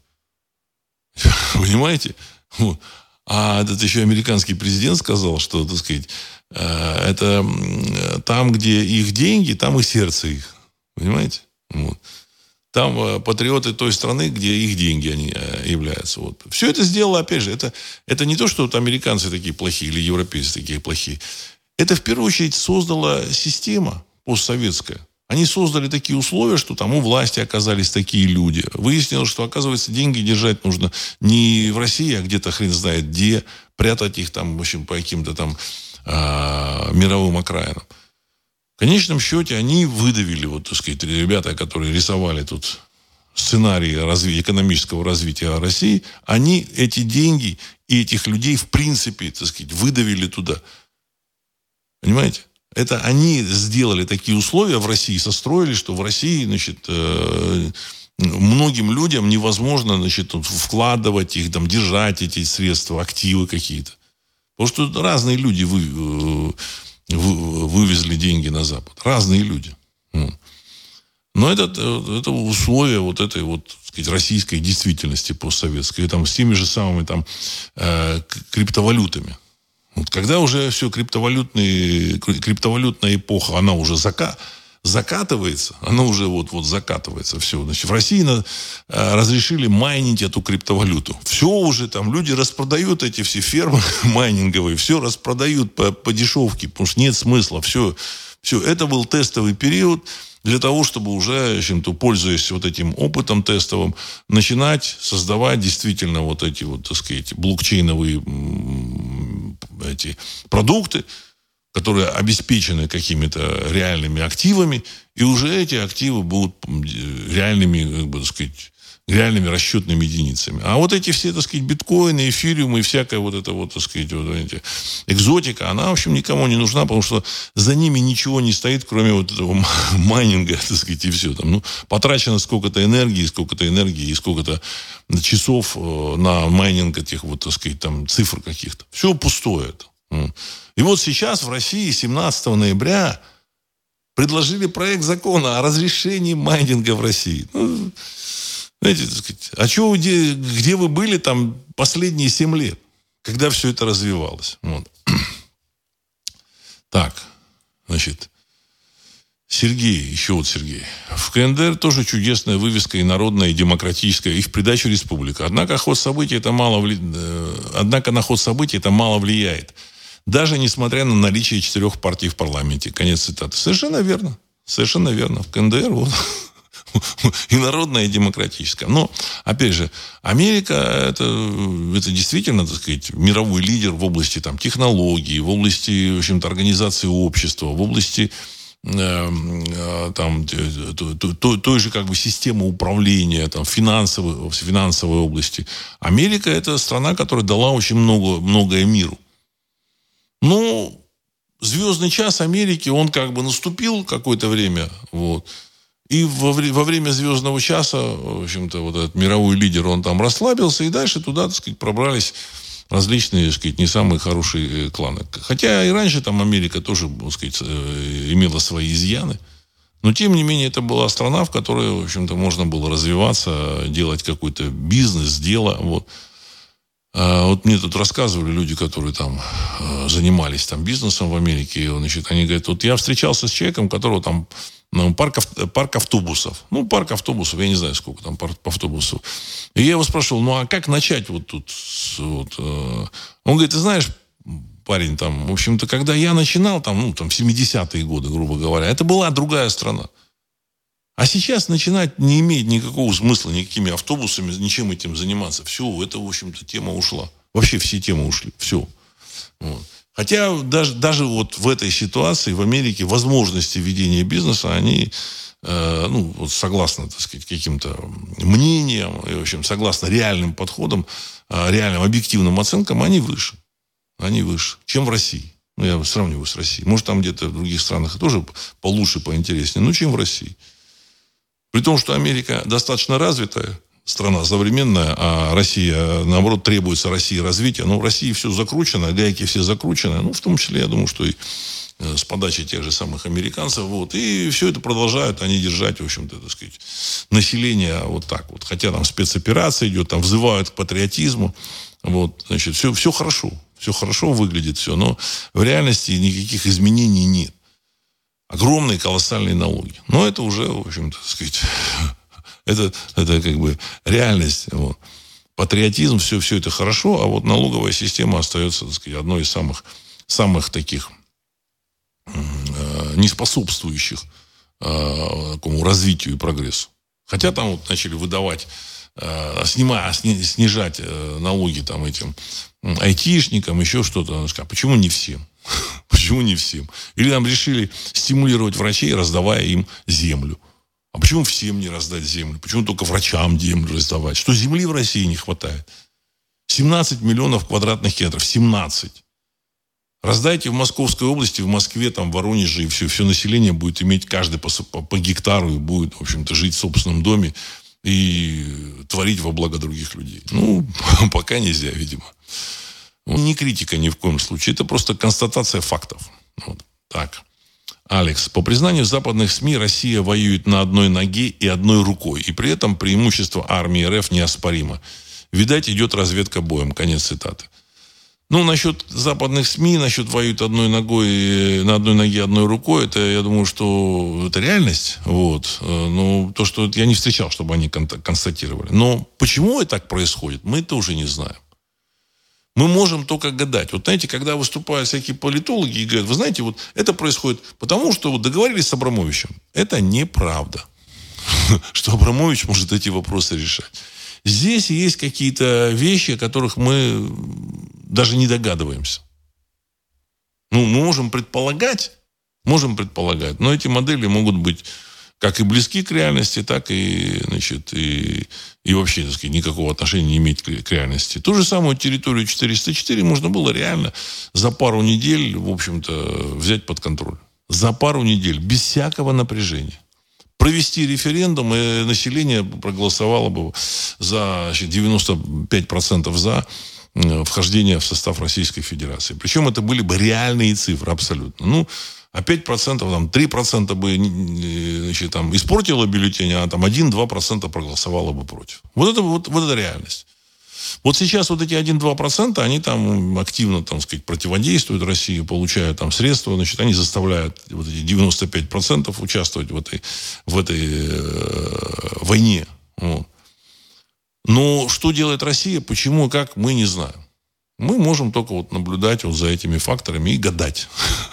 Понимаете? Вот. А этот еще американский президент сказал, что, так сказать, э, это там, где их деньги, там и сердце их. Понимаете? Вот. Там э, патриоты той страны, где их деньги они э, являются. Вот. Все это сделало, опять же, это, это не то, что вот американцы такие плохие или европейцы такие плохие. Это, в первую очередь, создала система постсоветская. Они создали такие условия, что там у власти оказались такие люди. Выяснилось, что, оказывается, деньги держать нужно не в России, а где-то хрен знает где, прятать их там, в общем, по каким-то там э, мировым окраинам. В конечном счете они выдавили, вот, так сказать, ребята, которые рисовали тут сценарии развития, экономического развития России, они эти деньги и этих людей, в принципе, так сказать, выдавили туда. Понимаете? Это они сделали такие условия в России, состроили, что в России, значит, э, многим людям невозможно, значит, вкладывать их, там, держать эти средства, активы какие-то. Потому что разные люди вы, э, вы, вывезли деньги на Запад. Разные люди. Но это, это условия вот этой вот, так сказать, российской действительности постсоветской, там, с теми же самыми там, э, криптовалютами. Вот когда уже все криптовалютные, криптовалютная эпоха, она уже зака, закатывается, она уже вот, вот закатывается, все. Значит, в России на, а, разрешили майнить эту криптовалюту. Все уже там, люди распродают эти все фермы майнинговые, все распродают по, по дешевке, потому что нет смысла. Все, все. Это был тестовый период для того, чтобы уже, в общем-то, пользуясь вот этим опытом тестовым, начинать создавать действительно вот эти вот, так сказать, блокчейновые эти продукты, которые обеспечены какими-то реальными активами, и уже эти активы будут реальными, как бы, так сказать, реальными расчетными единицами. А вот эти все, так сказать, биткоины, эфириумы и всякая вот эта вот, так сказать, вот эти, экзотика, она, в общем, никому не нужна, потому что за ними ничего не стоит, кроме вот этого майнинга, так сказать, и все. Там, ну, потрачено сколько-то энергии, сколько-то энергии и сколько-то часов на майнинг этих вот, так сказать, там, цифр каких-то. Все пустое это. И вот сейчас в России семнадцатого ноября предложили проект закона о разрешении майнинга в России. Ну, знаете, так сказать, а что, где, где вы были там последние семь лет, когда все это развивалось? Вот. Так, значит, Сергей, еще вот Сергей. В КНДР тоже чудесная вывеска и народная, и демократическая, и в придачу республика. Однако ход событий это мало вли... Однако на ход событий это мало влияет. Даже несмотря на наличие четырех партий в парламенте. Конец цитаты. Совершенно верно. Совершенно верно. В КНДР вот... и народная, и демократическая. Но, опять же, Америка это, это действительно, так сказать, мировой лидер в области там, технологий, в области, в общем-то, организации общества, в области э, э, там, той, той, той же как бы, системы управления, там, финансовой, в финансовой области. Америка это страна, которая дала очень много, многое миру. Но звездный час Америки, он как бы наступил какое-то время, вот. И во, во время звездного часа, в общем-то, вот этот мировой лидер, он там расслабился, и дальше туда, так сказать, пробрались различные, так сказать, не самые хорошие кланы. Хотя и раньше там Америка тоже, так сказать, имела свои изъяны. Но, тем не менее, это была страна, в которой, в общем-то, можно было развиваться, делать какой-то бизнес, дело, вот. А вот мне тут рассказывали люди, которые там занимались там бизнесом в Америке, значит, они говорят, вот я встречался с человеком, которого там ну, парк, парк автобусов. Ну, парк автобусов, я не знаю, сколько там парк автобусов. И я его спрашивал, ну, а как начать вот тут? Вот, э... Он говорит, ты знаешь, парень, там, в общем-то, когда я начинал, там, ну, там, в семидесятые годы, грубо говоря, это была другая страна. А сейчас начинать не имеет никакого смысла никакими автобусами, ничем этим заниматься. Все, это, в общем-то, тема ушла. Вообще все темы ушли. Все. Вот. Хотя даже, даже вот в этой ситуации в Америке возможности ведения бизнеса, они, э, ну, вот согласно, так сказать, каким-то мнениям, и, в общем, согласно реальным подходам, э, реальным объективным оценкам, они выше. Они выше, чем в России. Ну, я сравниваю с Россией. Может, там где-то в других странах тоже получше, поинтереснее, но чем в России. При том, что Америка достаточно развитая страна, современная, а Россия, наоборот, требуется России развития. Но в России все закручено, гайки все закручены. Ну, в том числе, я думаю, что и с подачи тех же самых американцев. Вот. И все это продолжают они держать, в общем-то, так сказать, население вот так вот. Хотя там спецоперация идет, там взывают к патриотизму. Вот, значит, все, все хорошо. Все хорошо выглядит, все. Но в реальности никаких изменений нет. Огромные, колоссальные налоги. Но это уже, в общем-то, так сказать, это, это как бы реальность. Вот. Патриотизм, все, все это хорошо, а вот налоговая система остается, так сказать, одной из самых, самых таких э, неспособствующих э, такому развитию и прогрессу. Хотя там вот начали выдавать, э, снимая, сни, снижать э, налоги там этим айтишникам, еще что-то. А почему не всем? Почему не всем? Или нам решили стимулировать врачей, раздавая им землю. А почему всем не раздать землю? Почему только врачам землю раздавать? Что земли в России не хватает? семнадцать миллионов квадратных километров. семнадцать. Раздайте в Московской области, в Москве, там, в Воронеже, и все, все население будет иметь каждый по, по, по гектару и будет, в общем-то, жить в собственном доме и творить во благо других людей. Ну, пока нельзя, видимо. Не критика ни в коем случае. Это просто констатация фактов. Вот. Так. Алекс. По признанию западных СМИ, Россия воюет на одной ноге и одной рукой. И при этом преимущество армии РФ неоспоримо. Видать, идет разведка боем. Конец цитаты. Ну, насчет западных СМИ, насчет воюют одной ногой, на одной ноге, одной рукой, это, я думаю, что это реальность. Вот. Ну, то, что я не встречал, чтобы они констатировали. Но почему это так происходит, мы это уже не знаем. Мы можем только гадать. Вот знаете, когда выступают всякие политологи и говорят, вы знаете, вот это происходит потому, что вот договорились с Абрамовичем. Это неправда. Что Абрамович может эти вопросы решать. Здесь есть какие-то вещи, о которых мы даже не догадываемся. Ну, мы можем предполагать, можем предполагать, но эти модели могут быть как и близки к реальности, так и, значит, и, и вообще, так сказать, никакого отношения не имеет к, к реальности. Ту же самую территорию четыреста четыре можно было реально за пару недель, в общем-то, взять под контроль. За пару недель, без всякого напряжения. Провести референдум, и население проголосовало бы за, значит, девяносто пять процентов за вхождение в состав Российской Федерации. Причем это были бы реальные цифры абсолютно. Ну, а пять процентов, там, три процента бы, значит, там, испортило бюллетень, а там один-два процента проголосовало бы против. Вот это, вот, вот это реальность. Вот сейчас вот эти один-два процента, они там активно, там, сказать, противодействуют России, получают там средства, значит, они заставляют вот эти девяносто пять процентов участвовать в этой, в этой э, войне. Вот. Но что делает Россия, почему и как, мы не знаем. Мы можем только вот наблюдать вот за этими факторами и гадать.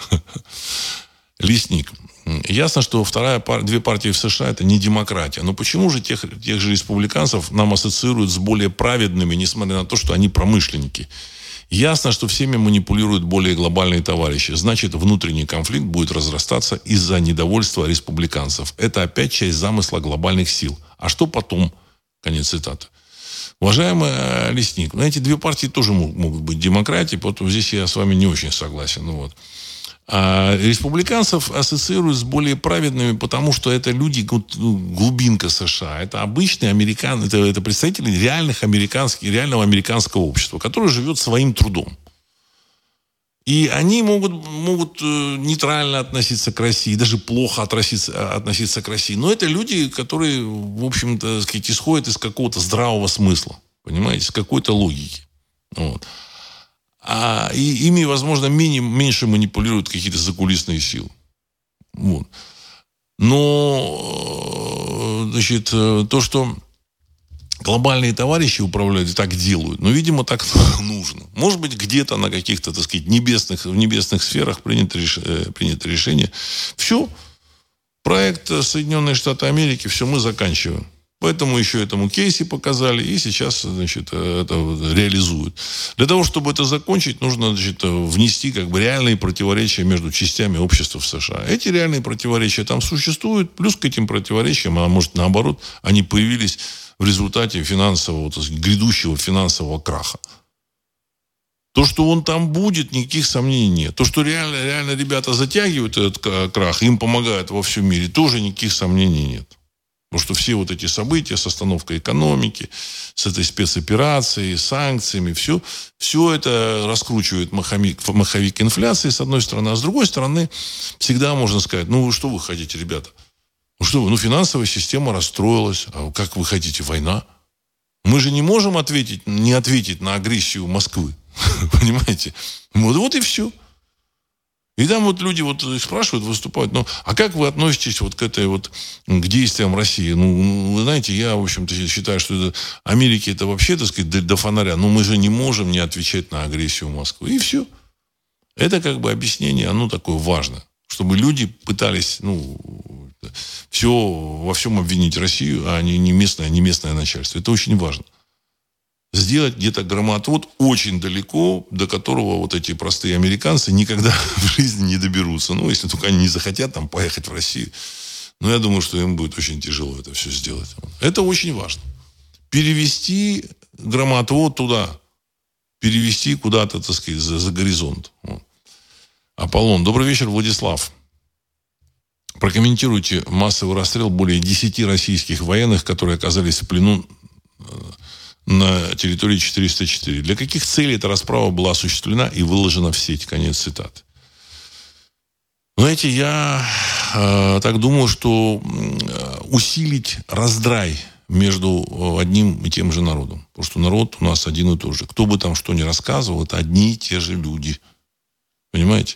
Лесник. Ясно, что вторая, две партии в США – это не демократия. Но почему же тех, тех же республиканцев нам ассоциируют с более праведными, несмотря на то, что они промышленники? Ясно, что всеми манипулируют более глобальные товарищи. Значит, внутренний конфликт будет разрастаться из-за недовольства республиканцев. Это опять часть замысла глобальных сил. А что потом? Конец цитаты. Уважаемый Лесник, ну, эти две партии тоже могут быть демократией, поэтому здесь я с вами не очень согласен. Ну, вот. А республиканцев ассоциируют с более праведными, потому что это люди, глубинка США. Это обычные американцы, это, это представители реальных американских, реального американского общества, которое живет своим трудом. И они могут, могут нейтрально относиться к России, даже плохо относиться, относиться к России. Но это люди, которые, в общем-то, сказать, исходят из какого-то здравого смысла. Понимаете, с какой-то логики. Вот. А и ими, возможно, менее, меньше манипулируют какие-то закулисные силы. Вот. Но, значит, то, что глобальные товарищи управляют и так делают, но, видимо, так нужно. Может быть, где-то на каких-то, так сказать, небесных, в небесных сферах принято, реш... принято решение. Все. Проект Соединенные Штаты Америки, все, мы заканчиваем. Поэтому еще этому Кейси показали, и сейчас, значит, это реализуют. Для того, чтобы это закончить, нужно, значит, внести как бы реальные противоречия между частями общества в США. Эти реальные противоречия там существуют, плюс к этим противоречиям, а может наоборот, они появились в результате финансового, так сказать, грядущего финансового краха. То, что он там будет, никаких сомнений нет. То, что реально, реально ребята затягивают этот крах, им помогают во всем мире, тоже никаких сомнений нет. Потому что все вот эти события с остановкой экономики, с этой спецоперацией, санкциями, все, все это раскручивает маховик, маховик инфляции, с одной стороны. А с другой стороны, всегда можно сказать, ну, что вы хотите, ребята? Ну, что вы, ну, финансовая система расстроилась. А как вы хотите, война? Мы же не можем ответить, не ответить на агрессию Москвы. Понимаете? Вот, вот и все. И там вот люди вот спрашивают, выступают, ну, а как вы относитесь вот к этой вот, к действиям России? Ну, вы знаете, я, в общем-то, считаю, что это, Америке это вообще, так сказать, до, до фонаря. Но мы же не можем не отвечать на агрессию Москвы. И все. Это как бы объяснение, оно такое важное. Чтобы люди пытались, ну, все, во всем обвинить Россию, а не, не местное, не местное начальство. Это очень важно. Сделать где-то громоотвод очень далеко, до которого вот эти простые американцы никогда в жизни не доберутся. Ну, если только они не захотят там поехать в Россию. Но я думаю, что им будет очень тяжело это все сделать. Это очень важно. Перевести громоотвод туда. Перевести куда-то, так сказать, за, за горизонт. Вот. Аполлон. Добрый вечер, Владислав. Прокомментируйте массовый расстрел более десяти российских военных, которые оказались в плену на территории четыреста четыре. Для каких целей эта расправа была осуществлена и выложена в сеть? Конец цитаты. Знаете, я э, так думаю, что э, усилить раздрай между одним и тем же народом. Потому что народ у нас один и тот же. Кто бы там что ни рассказывал, это одни и те же люди. Понимаете?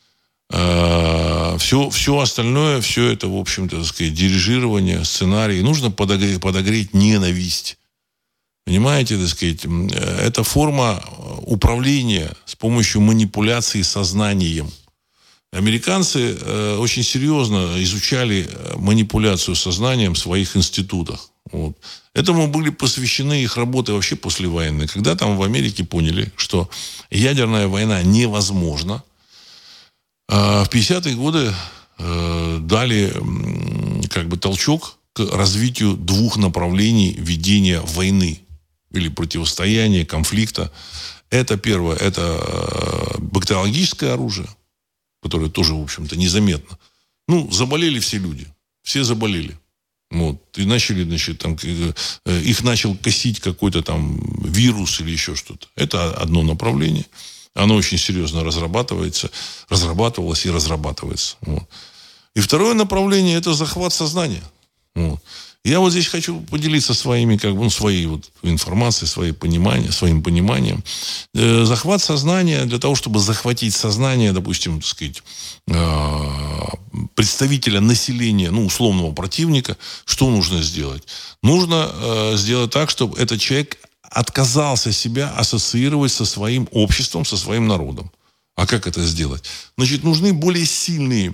Э, все, все остальное, все это, в общем-то, так сказать, дирижирование, сценарий. Нужно подогреть, подогреть ненависть. Понимаете, так сказать, это форма управления с помощью манипуляции сознанием. Американцы э, очень серьезно изучали манипуляцию сознанием в своих институтах. Вот. Этому были посвящены их работы вообще послевоенные. Когда там в Америке поняли, что ядерная война невозможна, э, в пятидесятые годы э, дали как бы толчок к развитию двух направлений ведения войны или противостояния, конфликта. Это первое, это бактериологическое оружие, которое тоже, в общем-то, незаметно. Ну, заболели все люди. Все заболели. Вот. И начали, значит, там, их начал косить какой-то там вирус или еще что-то. Это одно направление. Оно очень серьезно разрабатывается, разрабатывалось и разрабатывается. Вот. И второе направление – это захват сознания. Вот. Я вот здесь хочу поделиться своими, как бы, ну, своей вот информацией, своей пониманием, своим пониманием. Э, захват сознания, для того, чтобы захватить сознание, допустим, так сказать, э, представителя населения, ну, условного противника, что нужно сделать? Нужно э, сделать так, чтобы этот человек отказался себя ассоциировать со своим обществом, со своим народом. А как это сделать? Значит, нужны более сильные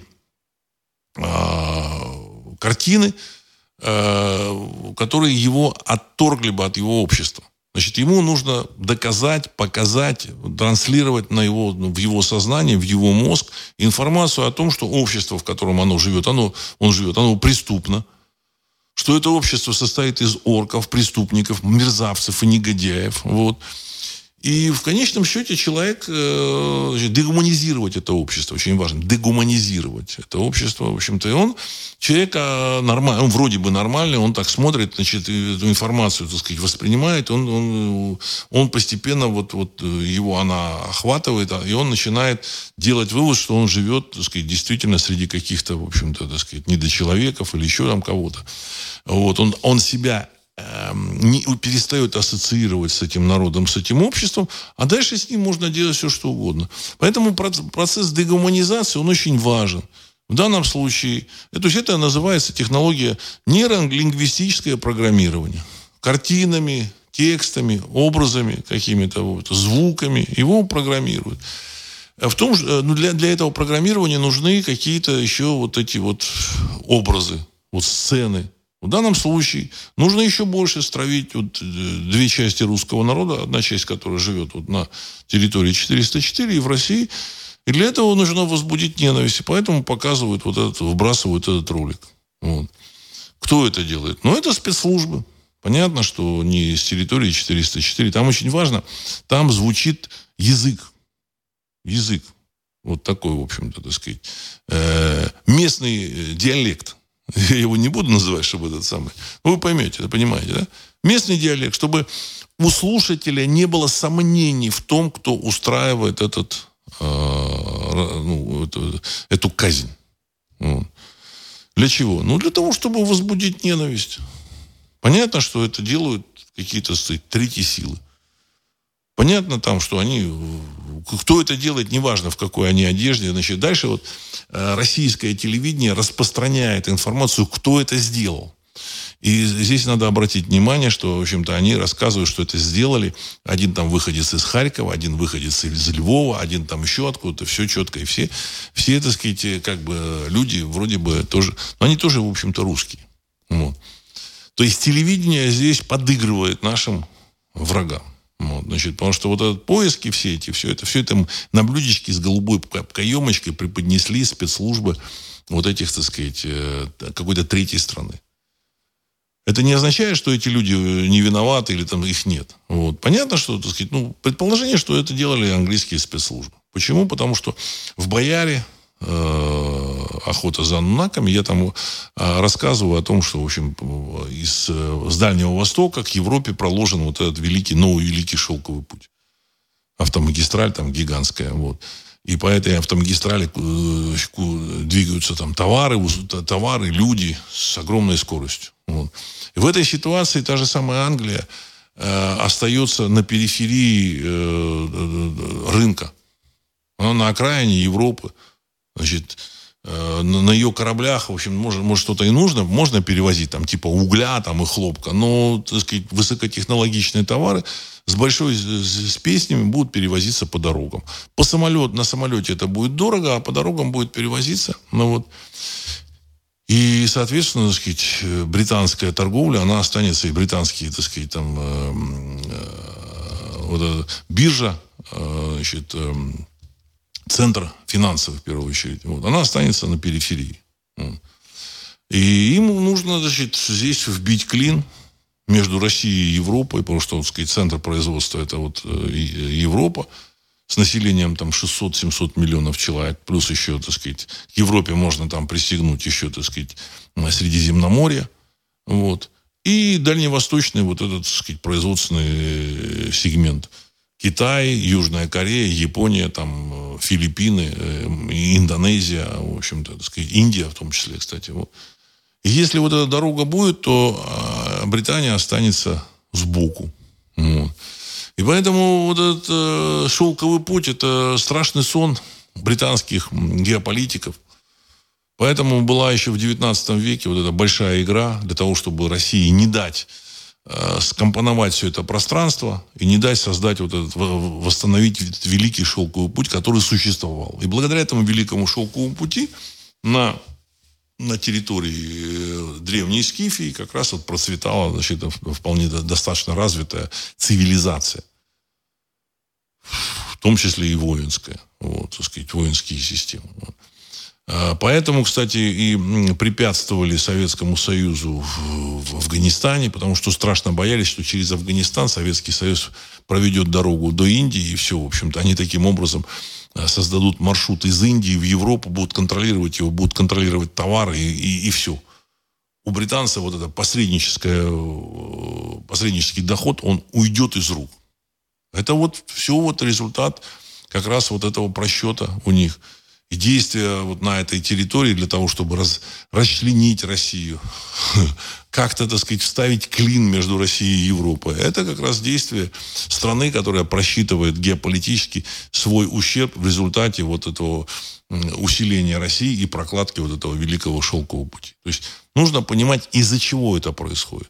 э, картины, которые его отторгли бы от его общества. Значит, ему нужно доказать, показать, транслировать на его, в его сознание, в его мозг информацию о том, что общество, в котором оно живет, оно, он живет, оно преступно, что это общество состоит из орков, преступников, мерзавцев и негодяев. Вот. И в конечном счете человек, э, дегуманизировать это общество, очень важно, дегуманизировать это общество, в общем-то, и он, человек нормальный, он вроде бы нормальный, он так смотрит, значит, эту информацию, так сказать, воспринимает, он, он, он постепенно, вот, вот его она охватывает, и он начинает делать вывод, что он живет, так сказать, действительно среди каких-то, в общем-то, так сказать, недочеловеков или еще там кого-то. Вот, он, он себя не перестает ассоциировать с этим народом, с этим обществом, а дальше с ним можно делать все, что угодно. Поэтому процесс дегуманизации, он очень важен. В данном случае, то есть это называется технология нейролингвистическое программирование. Картинами, текстами, образами, какими-то вот, звуками его программируют. В том же, ну, для, для этого программирования нужны какие-то еще вот эти вот образы, вот сцены. В данном случае нужно еще больше стравить вот две части русского народа, одна часть, которая живет вот на территории четыреста четыре и в России. И для этого нужно возбудить ненависть. И поэтому показывают вот этот, выбрасывают этот ролик. Вот. Кто это делает? Ну, это спецслужбы. Понятно, что не с территории четыреста четыре. Там очень важно, там звучит язык. Язык. Вот такой, в общем-то, так сказать, местный диалект. Я его не буду называть, чтобы этот самый... Ну, вы поймете, это понимаете, да? Местный диалект, чтобы у слушателя не было сомнений в том, кто устраивает этот, э, ну, эту, эту казнь. Вот. Для чего? Ну, для того, чтобы возбудить ненависть. Понятно, что это делают какие-то, сказать, третьи силы. Понятно там, что они... Кто это делает, неважно, в какой они одежде. Значит, дальше вот российское телевидение распространяет информацию, кто это сделал. И здесь надо обратить внимание, что, в общем-то, они рассказывают, что это сделали. Один там выходец из Харькова, один выходец из Львова, один там еще откуда-то. Все четко. И все, все, так сказать, как бы люди вроде бы тоже... Но они тоже, в общем-то, русские. Вот. То есть телевидение здесь подыгрывает нашим врагам. Вот, значит, потому что вот этот поиски все эти, все это, все это на блюдечке с голубой каемочкой преподнесли спецслужбы вот этих, так сказать, какой-то третьей страны. Это не означает, что эти люди не виноваты или там их нет. Вот. Понятно, что, так сказать, ну, предположение, что это делали английские спецслужбы. Почему? Потому что в Бояре э, охота за ануннаками, я там э, рассказываю о том, что, в общем, из, э, с Дальнего Востока к Европе проложен вот этот великий, новый великий шелковый путь. Автомагистраль там гигантская, вот. И по этой автомагистрали э, двигаются там товары, товары, люди с огромной скоростью. Вот. И в этой ситуации та же самая Англия э, остается на периферии э, рынка. Она на окраине Европы. Значит, э, на, на ее кораблях, в общем, может, может что-то и нужно, можно перевозить там типа угля там, и хлопка, но, так сказать, высокотехнологичные товары с большой с песнями будут перевозиться по дорогам. По самолету, на самолете это будет дорого, а по дорогам будет перевозиться. Ну, вот. И, соответственно, так сказать, британская торговля, она останется, и британские, так сказать, там, э, э, вот эта биржа, э, значит, э, центр финансовый, в первую очередь, вот, она останется на периферии. Вот. И им нужно, значит, здесь вбить клин между Россией и Европой, потому что, так сказать, центр производства – это вот Европа, с населением там шестьсот-семьсот миллионов человек, плюс еще, так сказать, к Европе можно там присягнуть еще, так сказать, Средиземноморье, вот. И дальневосточный вот этот, так сказать, производственный сегмент. Китай, Южная Корея, Япония, там, Филиппины, Индонезия, в общем-то, так сказать, Индия в том числе, кстати. Вот. И если вот эта дорога будет, то Британия останется сбоку. Вот. И поэтому вот этот э, шелковый путь – это страшный сон британских геополитиков. Поэтому была еще в девятнадцатом веке вот эта большая игра для того, чтобы России не дать э, скомпоновать все это пространство и не дать создать вот этот, восстановить этот великий шелковый путь, который существовал. И благодаря этому великому шелковому пути на, на территории древней Скифии как раз вот процветала, значит, вполне достаточно развитая цивилизация. В том числе и воинская, вот, так сказать, воинские системы. Поэтому, кстати, и препятствовали Советскому Союзу в, в Афганистане, потому что страшно боялись, что через Афганистан Советский Союз проведет дорогу до Индии, и все, в общем-то, они таким образом создадут маршрут из Индии в Европу, будут контролировать его, будут контролировать товары, и, и, и все. У британцев вот этот посреднический доход, он уйдет из рук. Это вот все вот результат как раз вот этого просчета у них. И действия вот на этой территории для того, чтобы раз, расчленить Россию, как-то, так сказать, вставить клин между Россией и Европой. Это как раз действие страны, которая просчитывает геополитически свой ущерб в результате вот этого усиления России и прокладки вот этого великого шелкового пути. То есть нужно понимать, из-за чего это происходит.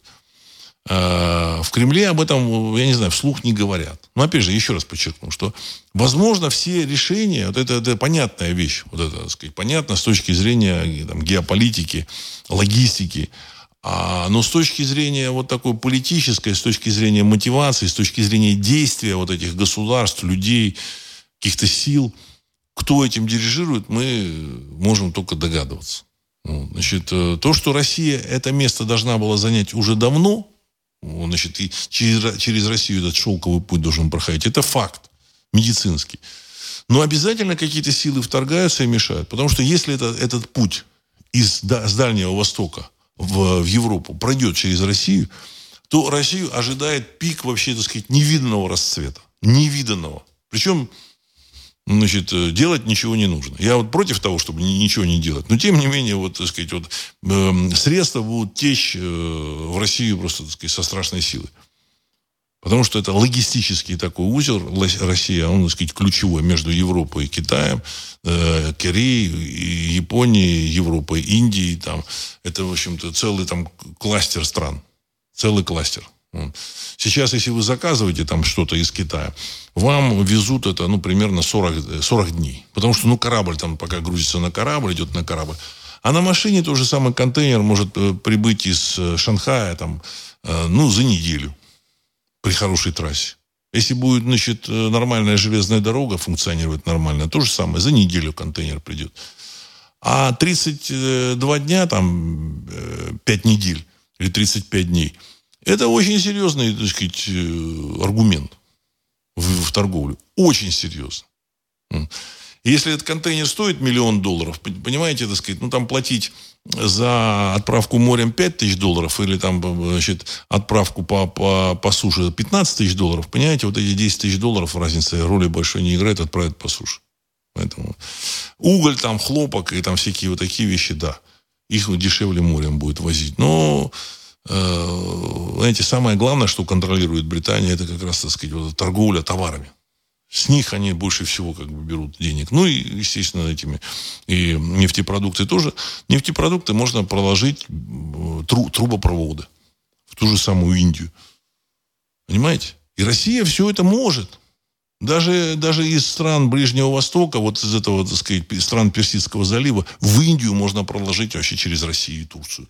В Кремле об этом, я не знаю, вслух не говорят. Но, опять же, еще раз подчеркну, что, возможно, все решения, вот это, это понятная вещь, вот это, так сказать, понятно с точки зрения там, геополитики, логистики, а, но с точки зрения вот такой политической, с точки зрения мотивации, с точки зрения действия вот этих государств, людей, каких-то сил, кто этим дирижирует, мы можем только догадываться. Значит, то, что Россия это место должна была занять уже давно, значит, и через, через Россию этот шелковый путь должен проходить. Это факт медицинский. Но обязательно какие-то силы вторгаются и мешают. Потому что если это, этот путь из, да, с Дальнего Востока в, в Европу пройдет через Россию, то Россию ожидает пик вообще, так сказать, невиданного расцвета. Невиданного. Причем, значит, делать ничего не нужно. Я вот против того, чтобы ничего не делать. Но, тем не менее, вот, так сказать, вот, э, средства будут течь э, в Россию просто, так сказать, со страшной силой. Потому что это логистический такой узел Россия, он, так сказать, ключевой между Европой и Китаем, э, Кореей, Японией, Европой, Индией. Там. Это, в общем-то, целый там кластер стран. Целый кластер. Сейчас, если вы заказываете там что-то из Китая, вам везут это, ну, примерно сорок, сорок дней. Потому что, ну, корабль там, пока грузится на корабль, идет на корабль. А на машине тот же самый контейнер может прибыть из Шанхая, там, ну, за неделю. При хорошей трассе. Если будет, значит, нормальная железная дорога функционировать нормально, то же самое. За неделю контейнер придет. А тридцать два дня, там, пять недель или тридцать пять дней, это очень серьезный, так сказать, аргумент в, в торговле. Очень серьезно. Если этот контейнер стоит миллион долларов, понимаете, так сказать, ну там платить за отправку морем пять тысяч долларов или там, значит, отправку по, по, по суше пятнадцать тысяч долларов, понимаете, вот эти десять тысяч долларов разница роли большой не играет, отправят по суше. Поэтому уголь, там, хлопок и там всякие вот такие вещи, да, их дешевле морем будет возить. Но знаете, самое главное, что контролирует Британия, это как раз, так сказать, вот, торговля товарами. С них они больше всего как бы берут денег. Ну и, естественно, этими и нефтепродукты тоже. Нефтепродукты можно проложить тру, трубопроводы в ту же самую Индию. Понимаете? И Россия все это может. Даже, даже из стран Ближнего Востока, вот из этого, так сказать, стран Персидского залива, в Индию можно проложить вообще через Россию и Турцию.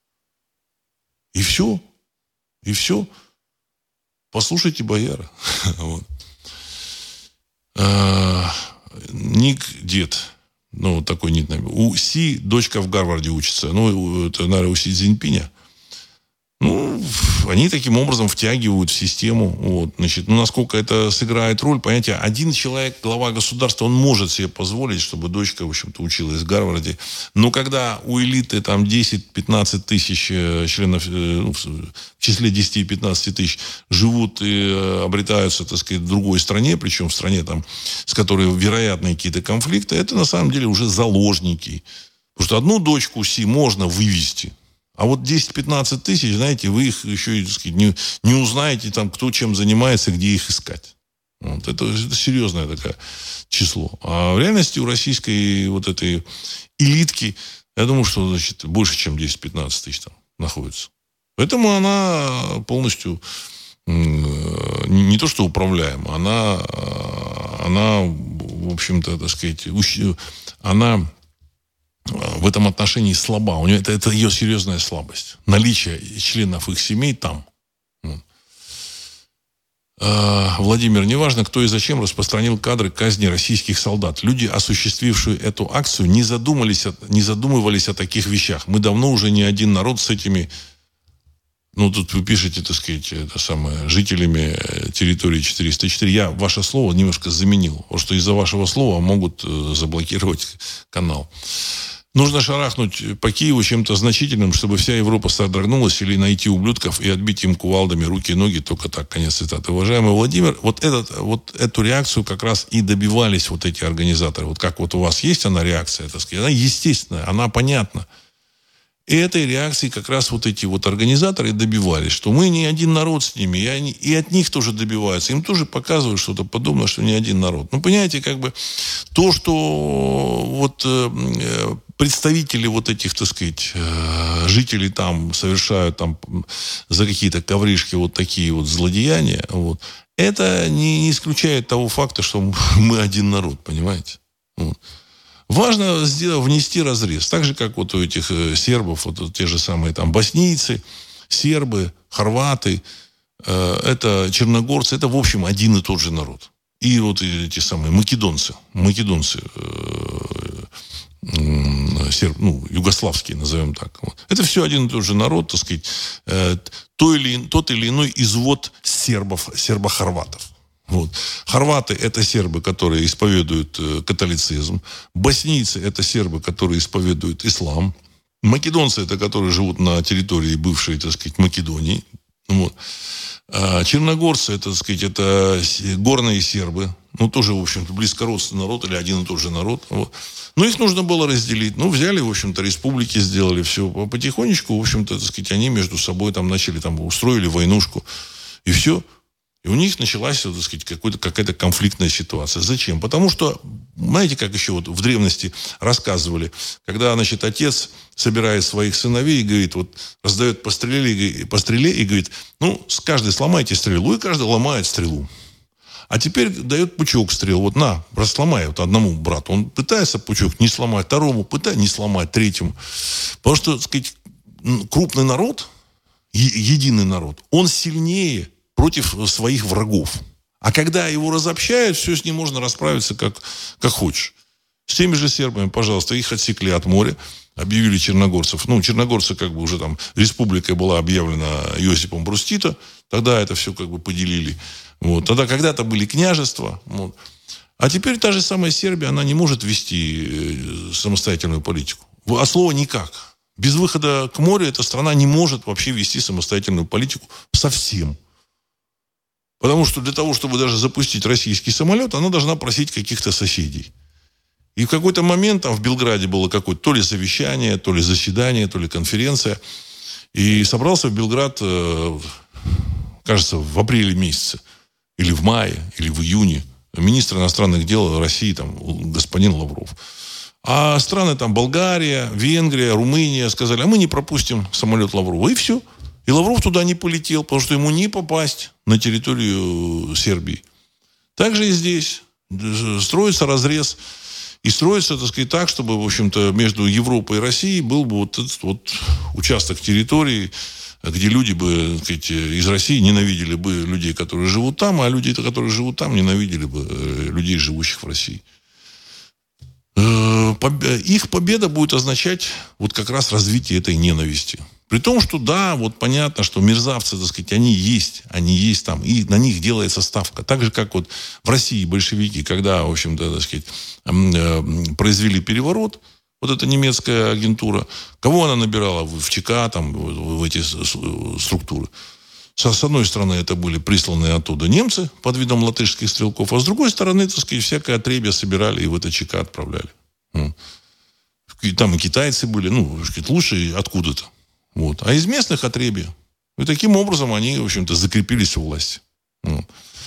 И все. И все. Послушайте бояра. Вот. Ник Дед Ну, такой нет. У Си дочка в Гарварде учится. Ну, это, наверное, у Си Цзиньпиня. Ну, они таким образом втягивают в систему. Вот, значит, ну, насколько это сыграет роль, понимаете, один человек, глава государства, он может себе позволить, чтобы дочка, в общем-то, училась в Гарварде. Но когда у элиты там десять-пятнадцать тысяч членов, ну, в числе десять-пятнадцать тысяч живут и обретаются, так сказать, в другой стране, причем в стране, там, с которой вероятны какие-то конфликты, это на самом деле уже заложники. Потому что одну дочку Си можно вывести. А вот десять-пятнадцать тысяч, знаете, вы их еще, так сказать, не, не узнаете, там, кто чем занимается, где их искать. Вот. Это, это серьезное такое число. А в реальности у российской вот этой элитки, я думаю, что, значит, больше, чем десять-пятнадцать тысяч там находится. Поэтому она полностью не, не то что управляема, она, она, в общем-то, так сказать, она... в этом отношении слаба. У нее это, это ее серьезная слабость. Наличие членов их семей там. Владимир, неважно, кто и зачем распространил кадры казни российских солдат. Люди, осуществившие эту акцию, не задумались, не задумывались о таких вещах. Мы давно уже не один народ с этими, ну, тут вы пишете, так сказать, это самое, жителями территории четыреста четыре. Я ваше слово немножко заменил, потому что из-за вашего слова могут заблокировать канал. Нужно шарахнуть по Киеву чем-то значительным, чтобы вся Европа содрогнулась, или найти ублюдков и отбить им кувалдами руки и ноги. Только так, конец цитаты. Уважаемый Владимир, вот, этот, вот эту реакцию как раз и добивались вот эти организаторы. Вот как вот у вас есть она реакция, так сказать, она естественная, она понятна. И этой реакции как раз вот эти вот организаторы добивались, что мы не один народ с ними, и, они, и от них тоже добиваются. Им тоже показывают что-то подобное, что не один народ. Ну, понимаете, как бы то, что вот э, представители вот этих, так сказать, э, жителей там совершают там за какие-то ковришки вот такие вот злодеяния, вот, это не, не исключает того факта, что мы один народ, понимаете? Вот. Важно сделать, внести разрез. Так же, как вот у этих сербов, вот те же самые там боснийцы, сербы, хорваты, э, это черногорцы, это, в общем, один и тот же народ. И вот эти самые македонцы, македонцы, э, э, серб, ну, югославские, назовем так. Вот. Это все один и тот же народ, так сказать, э, то или, тот или иной извод сербов, сербо-хорватов. Вот. Хорваты – это сербы, которые исповедуют э, католицизм. Боснийцы – это сербы, которые исповедуют ислам. Македонцы – это которые живут на территории бывшей, так сказать, Македонии. Вот. А черногорцы – это, так сказать, это горные сербы. Ну, тоже, в общем-то, близкородственный народ или один и тот же народ. Вот. Но их нужно было разделить. Ну, взяли, в общем-то, республики, сделали все. Потихонечку, в общем-то, так сказать, они между собой там начали, там, устроили войнушку. И все. И у них началась, так сказать, какая-то конфликтная ситуация. Зачем? Потому что, знаете, как еще вот в древности рассказывали, когда, значит, отец собирает своих сыновей и говорит, вот, раздает по стреле, по стреле и говорит, ну, с каждой сломайте стрелу, и каждый ломает стрелу. А теперь дает пучок стрел. Вот на, сломай вот одному брату. Он пытается пучок не сломать, второму пытается не сломать, третьему. Потому что, так сказать, крупный народ, единый народ, он сильнее против своих врагов. А когда его разобщают, все с ним можно расправиться как, как хочешь. С теми же сербами, пожалуйста, их отсекли от моря, объявили черногорцев. Ну, черногорцы как бы уже там, республика была объявлена Иосипом Брус Тито, тогда это все как бы поделили. Вот. Тогда когда-то были княжества. Вот. А теперь та же самая Сербия, она не может вести самостоятельную политику. А слово никак. Без выхода к морю эта страна не может вообще вести самостоятельную политику совсем. Потому что для того, чтобы даже запустить российский самолет, она должна просить каких-то соседей. И в какой-то момент там в Белграде было какое-то то ли совещание, то ли заседание, то ли конференция. И собрался в Белград, кажется, в апреле месяце, или в мае, или в июне, министр иностранных дел России, там, господин Лавров. А страны там Болгария, Венгрия, Румыния сказали, а мы не пропустим самолет Лаврова. И все. И Лавров туда не полетел, потому что ему не попасть на территорию Сербии. Также и здесь строится разрез. И строится, так сказать, так, чтобы, в общем-то, между Европой и Россией был бы вот этот вот участок территории, где люди бы, так сказать, из России ненавидели бы людей, которые живут там, а люди, которые живут там, ненавидели бы людей, живущих в России. их победа будет означать вот как раз развитие этой ненависти. При том, что да, вот понятно, что мерзавцы, так сказать, они есть, они есть там, и на них делается ставка. Так же, как вот в России большевики, когда, в общем-то, так сказать, произвели переворот, вот эта немецкая агентура, кого она набирала в ЧК, там, в эти структуры? С одной стороны, это были присланные оттуда немцы под видом латышских стрелков, а с другой стороны, так сказать, всякое отребье собирали и в это ЧК отправляли. Там и китайцы были, ну, лучше откуда-то. Вот. А из местных отребья. И таким образом они, в общем-то, закрепились у власти. Вот.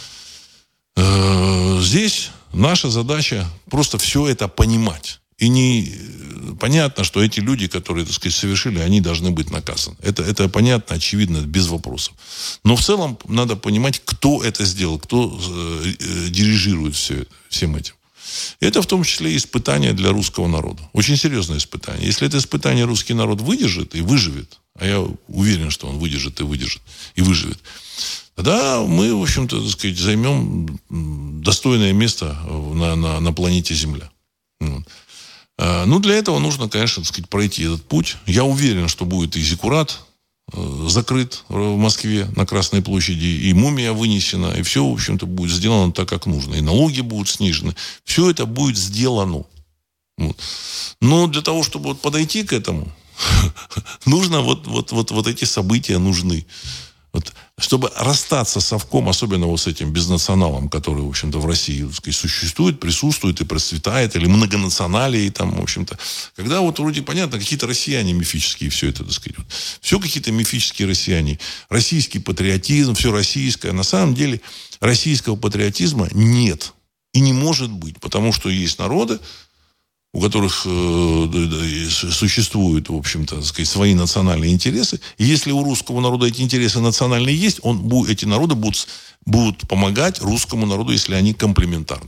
Здесь наша задача просто все это понимать. И не понятно, что эти люди, которые, так сказать, совершили, они должны быть наказаны. Это, это понятно, очевидно, без вопросов. Но в целом надо понимать, кто это сделал, кто э, э, дирижирует все, всем этим. Это в том числе испытание для русского народа. Очень серьезное испытание. Если это испытание русский народ выдержит и выживет, а я уверен, что он выдержит и выдержит, и выживет, тогда мы, в общем-то, так сказать, займем достойное место на, на, на планете Земля. Вот. Ну, для этого нужно, конечно, так сказать, пройти этот путь. Я уверен, что будет и зиккурат закрыт в Москве на Красной площади, и мумия вынесена, и все, в общем-то, будет сделано так, как нужно. И налоги будут снижены. Все это будет сделано. Вот. Но для того, чтобы вот подойти к этому, нужно вот, вот, вот, вот эти события нужны. Вот, чтобы расстаться с совком, особенно вот с этим безнационалом, который, в общем-то, в России, так сказать, существует, присутствует и процветает, или многонационалии там, в общем-то. Когда вот вроде понятно, какие-то россияне мифические, все это, так сказать. Вот, все какие-то мифические россияне. Российский патриотизм, все российское. На самом деле российского патриотизма нет. И не может быть. Потому что есть народы, у которых э, существуют, в общем-то, так сказать, свои национальные интересы. И если у русского народа эти интересы национальные есть, он, эти народы будут, будут помогать русскому народу, если они комплементарны.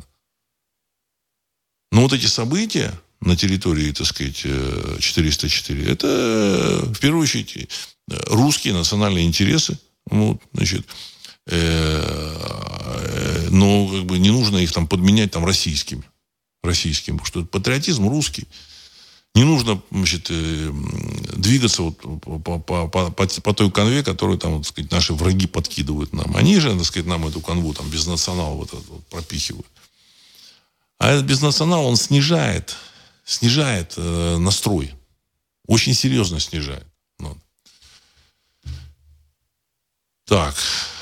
Но вот эти события на территории, так сказать, четыреста четыре, это, в первую очередь, русские национальные интересы. Вот, значит, э, но как бы не нужно их там подменять там российскими. Российским, потому что патриотизм русский. Не нужно, значит, двигаться вот по, по, по, по той канве, которую там, так сказать, наши враги подкидывают нам. Они же, так сказать, нам эту канву там без национала вот, вот пропихивают. А этот безнационал, он снижает, снижает э, настрой. Очень серьезно снижает. Вот. Так.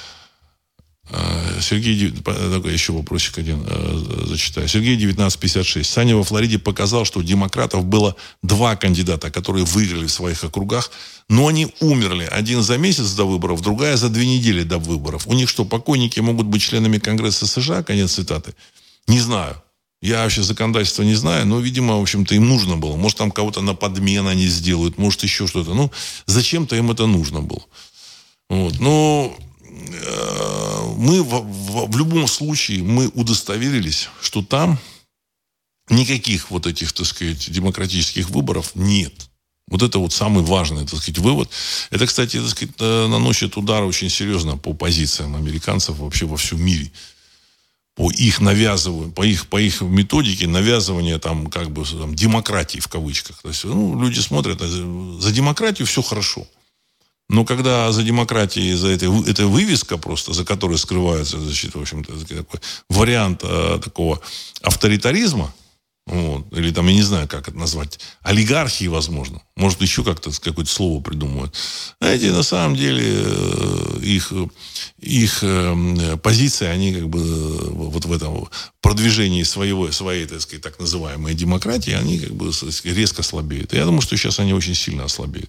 Сергей, такой еще вопросик один зачитаю. Сергей, девятнадцать пятьдесят шесть. Саня во Флориде показал, что у демократов было два кандидата, которые выиграли в своих округах, но они умерли. Один за месяц до выборов, другая за две недели до выборов. У них что, покойники могут быть членами Конгресса США? Конец цитаты. Не знаю. Я вообще законодательства не знаю, но, видимо, в общем-то, им нужно было. Может, там кого-то на подмен они сделают, может, еще что-то. Ну, зачем-то им это нужно было. Вот. Но мы в, в, в любом случае мы удостоверились, что там никаких вот этих, так сказать, демократических выборов нет. Вот это вот самый важный, так сказать, вывод. Это, кстати, так сказать, наносит удар очень серьезно по позициям американцев вообще во всем мире. По их навязыванию, по их, по их методике навязывания там, как бы, там, демократии в кавычках. То есть, ну, люди смотрят, за демократию все хорошо. Но когда за демократией, за этой, эта вывеска просто, за которой скрывается, значит, в общем-то, такой вариант а, такого авторитаризма, вот, или там, я не знаю, как это назвать, олигархии, возможно, может, еще как-то какое-то слово придумывают. Знаете, на самом деле их, их позиции, они как бы вот в этом продвижении своего, своей, так сказать, так называемой демократии, они как бы резко слабеют. И я думаю, что сейчас они очень сильно ослабеют.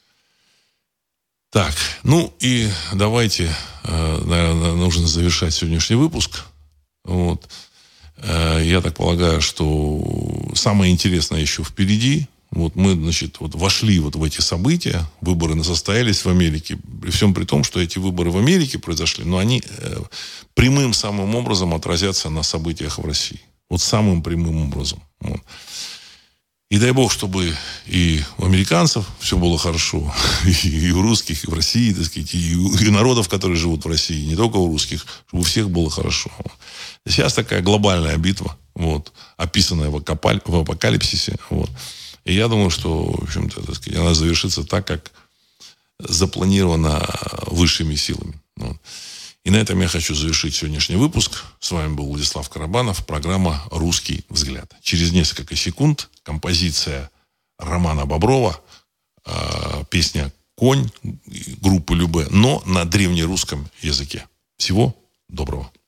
Так, ну и давайте, наверное, нужно завершать сегодняшний выпуск. Вот. Я так полагаю, что самое интересное еще впереди. Вот мы, значит, вот вошли вот в эти события, выборы состоялись в Америке, при всем при том, что эти выборы в Америке произошли, но они прямым самым образом отразятся на событиях в России. Вот самым прямым образом. Вот. И дай бог, чтобы и у американцев все было хорошо, и у русских, и в России, так сказать, и у и народов, которые живут в России, не только у русских, чтобы у всех было хорошо. Сейчас такая глобальная битва. вот, описанная в, акапаль, в апокалипсисе. Вот. И я думаю, что, в общем-то, так сказать, она завершится так, как запланировано высшими силами. Вот. И на этом я хочу завершить сегодняшний выпуск. С вами был Владислав Карабанов, программа «Русский взгляд». Через несколько секунд композиция Романа Боброва, э, песня «Конь» группы Любэ, но на древнерусском языке. Всего доброго.